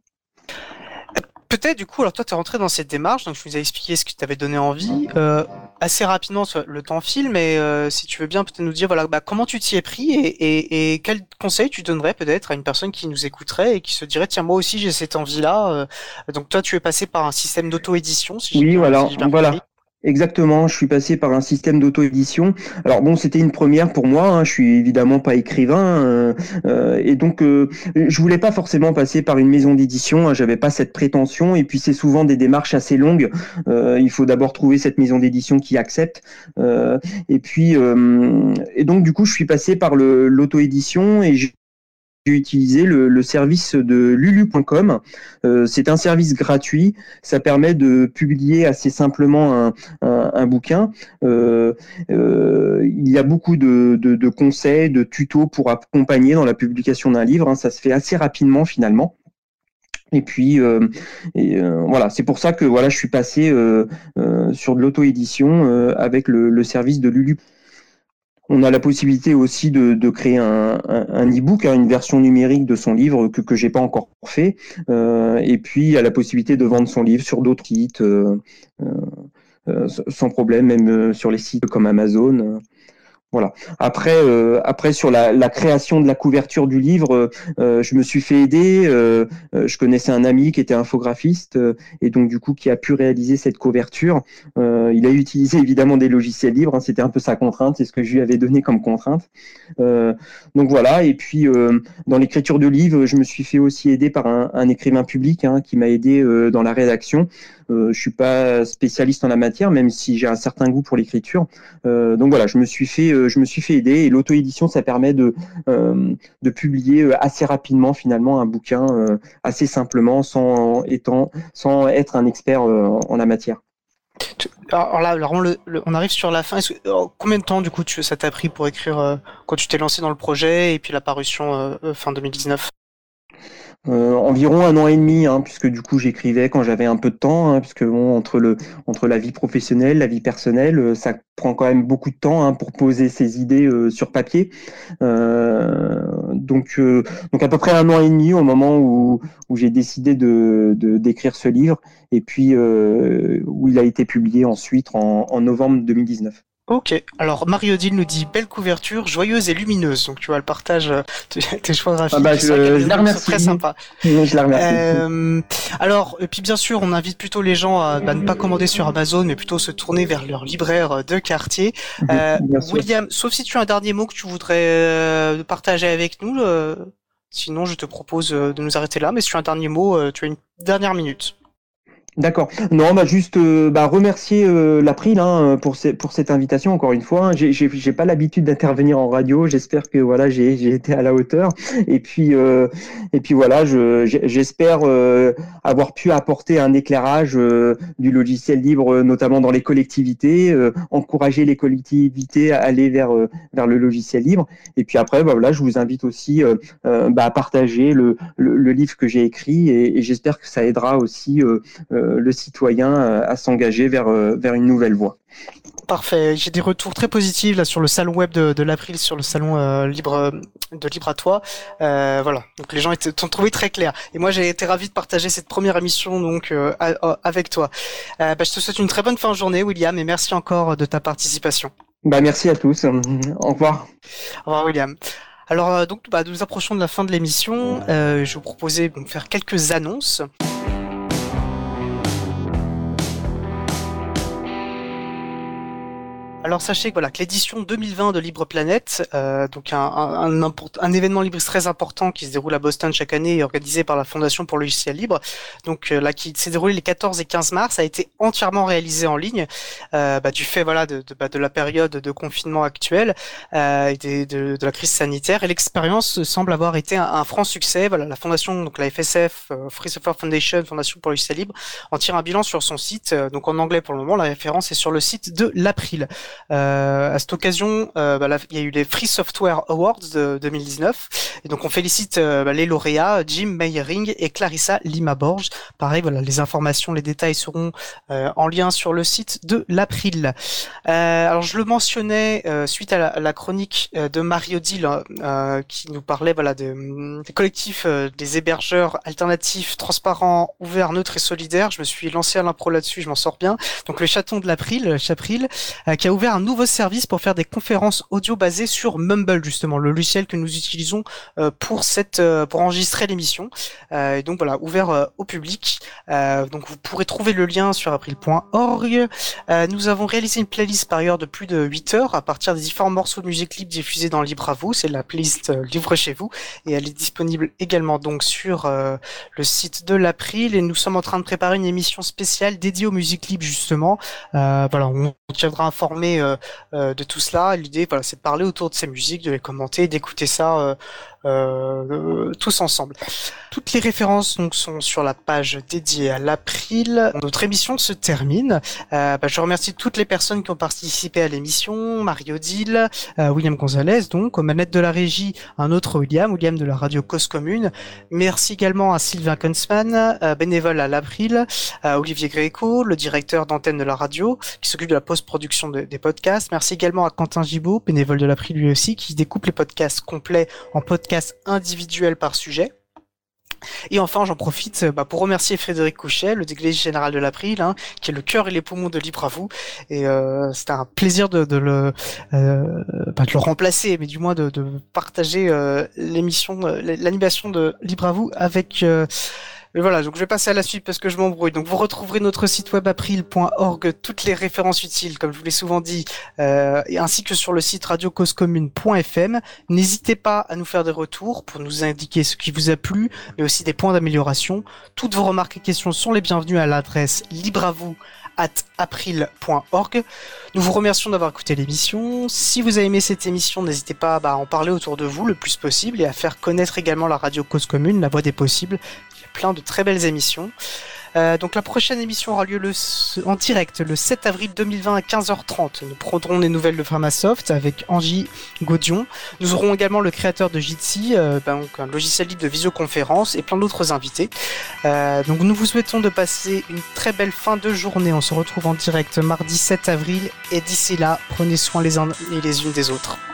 Peut-être du coup, alors toi tu es rentré dans cette démarche, donc je vous ai expliqué ce qui t'avait donné envie. Euh, assez rapidement, le temps file, mais euh, si tu veux bien peut-être nous dire voilà bah, comment tu t'y es pris et, et, et quel conseil tu donnerais peut-être à une personne qui nous écouterait et qui se dirait tiens moi aussi j'ai cette envie-là. Euh, donc toi tu es passé par un système d'auto-édition, si j'ai Oui, bien, voilà, si j'ai bien voilà. compris. Exactement, je suis passé par un système d'auto-édition. Alors bon, c'était une première pour moi, hein, je suis évidemment pas écrivain, euh, euh, et donc euh, je voulais pas forcément passer par une maison d'édition, hein, j'avais pas cette prétention, et puis c'est souvent des démarches assez longues, euh, il faut d'abord trouver cette maison d'édition qui accepte, euh, et puis euh, et donc du coup je suis passé par le, l'auto-édition, et j'ai j'ai utilisé le, le service de lulu point com. Euh, c'est un service gratuit. Ça permet de publier assez simplement un, un, un bouquin. Euh, euh, il y a beaucoup de, de, de conseils, de tutos pour accompagner dans la publication d'un livre. Hein. Ça se fait assez rapidement finalement. Et puis euh, et, euh, voilà, c'est pour ça que voilà, je suis passé euh, euh, sur de l'auto-édition euh, avec le, le service de Lulu. On a la possibilité aussi de, de créer un, un, un e-book, hein, une version numérique de son livre que que j'ai pas encore fait. Euh, et puis il y a la possibilité de vendre son livre sur d'autres sites euh, euh, sans problème, même euh, sur les sites comme Amazon. Euh, Voilà. Après, euh, après sur la, la création de la couverture du livre, euh, je me suis fait aider. Euh, euh, je connaissais un ami qui était infographiste euh, et donc du coup qui a pu réaliser cette couverture. Euh, il a utilisé évidemment des logiciels libres. Hein, c'était un peu sa contrainte, c'est ce que je lui avais donné comme contrainte. Euh, donc voilà. Et puis euh, dans l'écriture de livre, je me suis fait aussi aider par un, un écrivain public hein, qui m'a aidé euh, dans la rédaction. Euh, je suis pas spécialiste en la matière, même si j'ai un certain goût pour l'écriture. Euh, donc voilà, je me suis fait, euh, je me suis fait aider et l'auto-édition, ça permet de euh, de publier assez rapidement finalement un bouquin euh, assez simplement, sans étant, sans être un expert euh, en la matière. Alors là, alors on, le, le, on arrive sur la fin. Est-ce que, alors, combien de temps du coup tu, ça t'a pris pour écrire euh, quand tu t'es lancé dans le projet et puis la parution euh, fin deux mille dix-neuf? Euh, environ un an et demi, hein, puisque du coup j'écrivais quand j'avais un peu de temps, hein, puisque bon, entre le entre la vie professionnelle, la vie personnelle, euh, ça prend quand même beaucoup de temps hein, pour poser ses idées euh, sur papier. Euh, donc euh, donc à peu près un an et demi au moment où où j'ai décidé de, de d'écrire ce livre et puis euh, où il a été publié ensuite en, en novembre deux mille dix-neuf. Ok, alors Marie-Odile nous dit belle couverture, joyeuse et lumineuse. Donc tu vois le partage euh, tes choix graphiques. Ah bah, je, je la remercie. Très sympa. Je la remercie. Euh, alors, et puis bien sûr, on invite plutôt les gens à bah, ne pas commander sur Amazon, mais plutôt se tourner vers leur libraire de quartier. Euh, William, sauf si tu as un dernier mot que tu voudrais euh, partager avec nous, euh, sinon je te propose de nous arrêter là. Mais si tu as un dernier mot, euh, tu as une dernière minute. D'accord. Non, bah juste euh, bah, remercier euh, l'April hein, pour ces, pour cette invitation encore une fois. Hein. J'ai j'ai j'ai pas l'habitude d'intervenir en radio. J'espère que voilà j'ai j'ai été à la hauteur. Et puis euh, et puis voilà, je j'espère euh, avoir pu apporter un éclairage euh, du logiciel libre, notamment dans les collectivités, euh, encourager les collectivités à aller vers euh, vers le logiciel libre. Et puis après, bah, voilà, je vous invite aussi euh, euh, bah, à partager le, le le livre que j'ai écrit et, et j'espère que ça aidera aussi euh, euh, le citoyen à s'engager vers, vers une nouvelle voie. Parfait. J'ai des retours très positifs là sur le salon web de, de l'April, sur le salon euh, libre de Libre à toi. Euh, voilà. Donc les gens étaient, t'ont trouvé très clair. Et moi j'ai été ravi de partager cette première émission donc euh, à, à, avec toi. Euh, bah, je te souhaite une très bonne fin de journée, William, et merci encore de ta participation. Bah merci à tous. Au revoir. Au revoir, William. Alors donc bah, nous approchons de la fin de l'émission. Euh, je vous proposais de faire quelques annonces. Alors sachez que voilà que l'édition deux mille vingt de Libre Planète, euh, donc un, un, un, un événement libre très important qui se déroule à Boston chaque année et organisé par la Fondation pour le logiciel libre, donc euh, là qui s'est déroulé les quatorze et quinze mars, a été entièrement réalisé en ligne, euh, bah, du fait voilà de, de, bah, de la période de confinement actuelle euh, et de, de, de la crise sanitaire, et l'expérience semble avoir été un, un franc succès. Voilà, la Fondation, donc la F S F, euh, Free Software Foundation, Fondation pour le logiciel libre, en tire un bilan sur son site, euh, donc en anglais pour le moment. La référence est sur le site de l'April. Euh, à cette occasion, euh, bah, là, il y a eu les Free Software Awards de deux mille dix-neuf, et donc on félicite euh, bah, les lauréats Jim Meyering et Clarissa Lima-Borges. Pareil, voilà, les informations, les détails seront euh, en lien sur le site de l'April. Euh, alors je le mentionnais euh, suite à la, à la chronique euh, de Marie-Odile euh, qui nous parlait voilà de, des collectifs euh, des hébergeurs alternatifs, transparents, ouverts, neutres et solidaires. Je me suis lancé à l'impro là-dessus, je m'en sors bien. Donc le chaton de l'April, Chapril, euh, qui a ouvert un nouveau service pour faire des conférences audio basées sur Mumble, justement, le logiciel que nous utilisons euh, pour cette euh, pour enregistrer l'émission. Euh, et donc voilà, ouvert euh, au public. Euh, donc vous pourrez trouver le lien sur april point org. Euh, nous avons réalisé une playlist par ailleurs de plus de huit heures à partir des différents morceaux de musique libre diffusés dans Libre à vous. C'est la playlist euh, Libre chez vous, et elle est disponible également donc sur euh, le site de l'April. Et nous sommes en train de préparer une émission spéciale dédiée aux musiques libres, justement. Euh, voilà, on tiendra informé euh, euh, de tout cela. L'idée, voilà, c'est de parler autour de ces musiques, de les commenter, d'écouter ça euh, euh, tous ensemble. Toutes les références donc sont sur la page dédiée à l'April. Notre émission se termine. Euh, bah, je remercie toutes les personnes qui ont participé à l'émission. Marie-Odile, euh, William Gonzalez, donc aux manettes de la régie, un autre William, William de la radio Cause Commune. Merci également à Sylvain Kunzmann, euh, bénévole à l'April, à Olivier Gréco, le directeur d'antenne de la radio, qui s'occupe de la post-production de, des podcasts. Merci également à Quentin Gibaud, bénévole de l'April lui aussi, qui découpe les podcasts complets en podcasts individuels par sujet. Et enfin, j'en profite bah, pour remercier Frédéric Couchet, le délégué général de l'April, hein, qui est le cœur et les poumons de Libre à vous. Et euh, c'était un plaisir de, de le, euh, pas de le remplacer, mais du moins de, de partager euh, l'émission, euh, l'animation de Libre à vous avec. Euh, Mais voilà, donc je vais passer à la suite parce que je m'embrouille. Donc vous retrouverez notre site web april point org, toutes les références utiles, comme je vous l'ai souvent dit, euh, et ainsi que sur le site radio cause commune point f m. N'hésitez pas à nous faire des retours pour nous indiquer ce qui vous a plu, mais aussi des points d'amélioration. Toutes vos remarques et questions sont les bienvenues à l'adresse libreavou arobase april point org. Nous vous remercions d'avoir écouté l'émission. Si vous avez aimé cette émission, n'hésitez pas bah, à en parler autour de vous le plus possible et à faire connaître également la radio Cause Commune, la voix des possibles. Il y a plein de très belles émissions. Euh, donc la prochaine émission aura lieu le, en direct le sept avril deux mille vingt à quinze heures trente. Nous prendrons des nouvelles de Framasoft avec Angie Gaudion. Nous aurons également le créateur de Jitsi, euh, ben, donc un logiciel libre de visioconférence, et plein d'autres invités. Euh, donc nous vous souhaitons de passer une très belle fin de journée. On se retrouve en direct mardi sept avril, et d'ici là, prenez soin les uns et les unes des autres.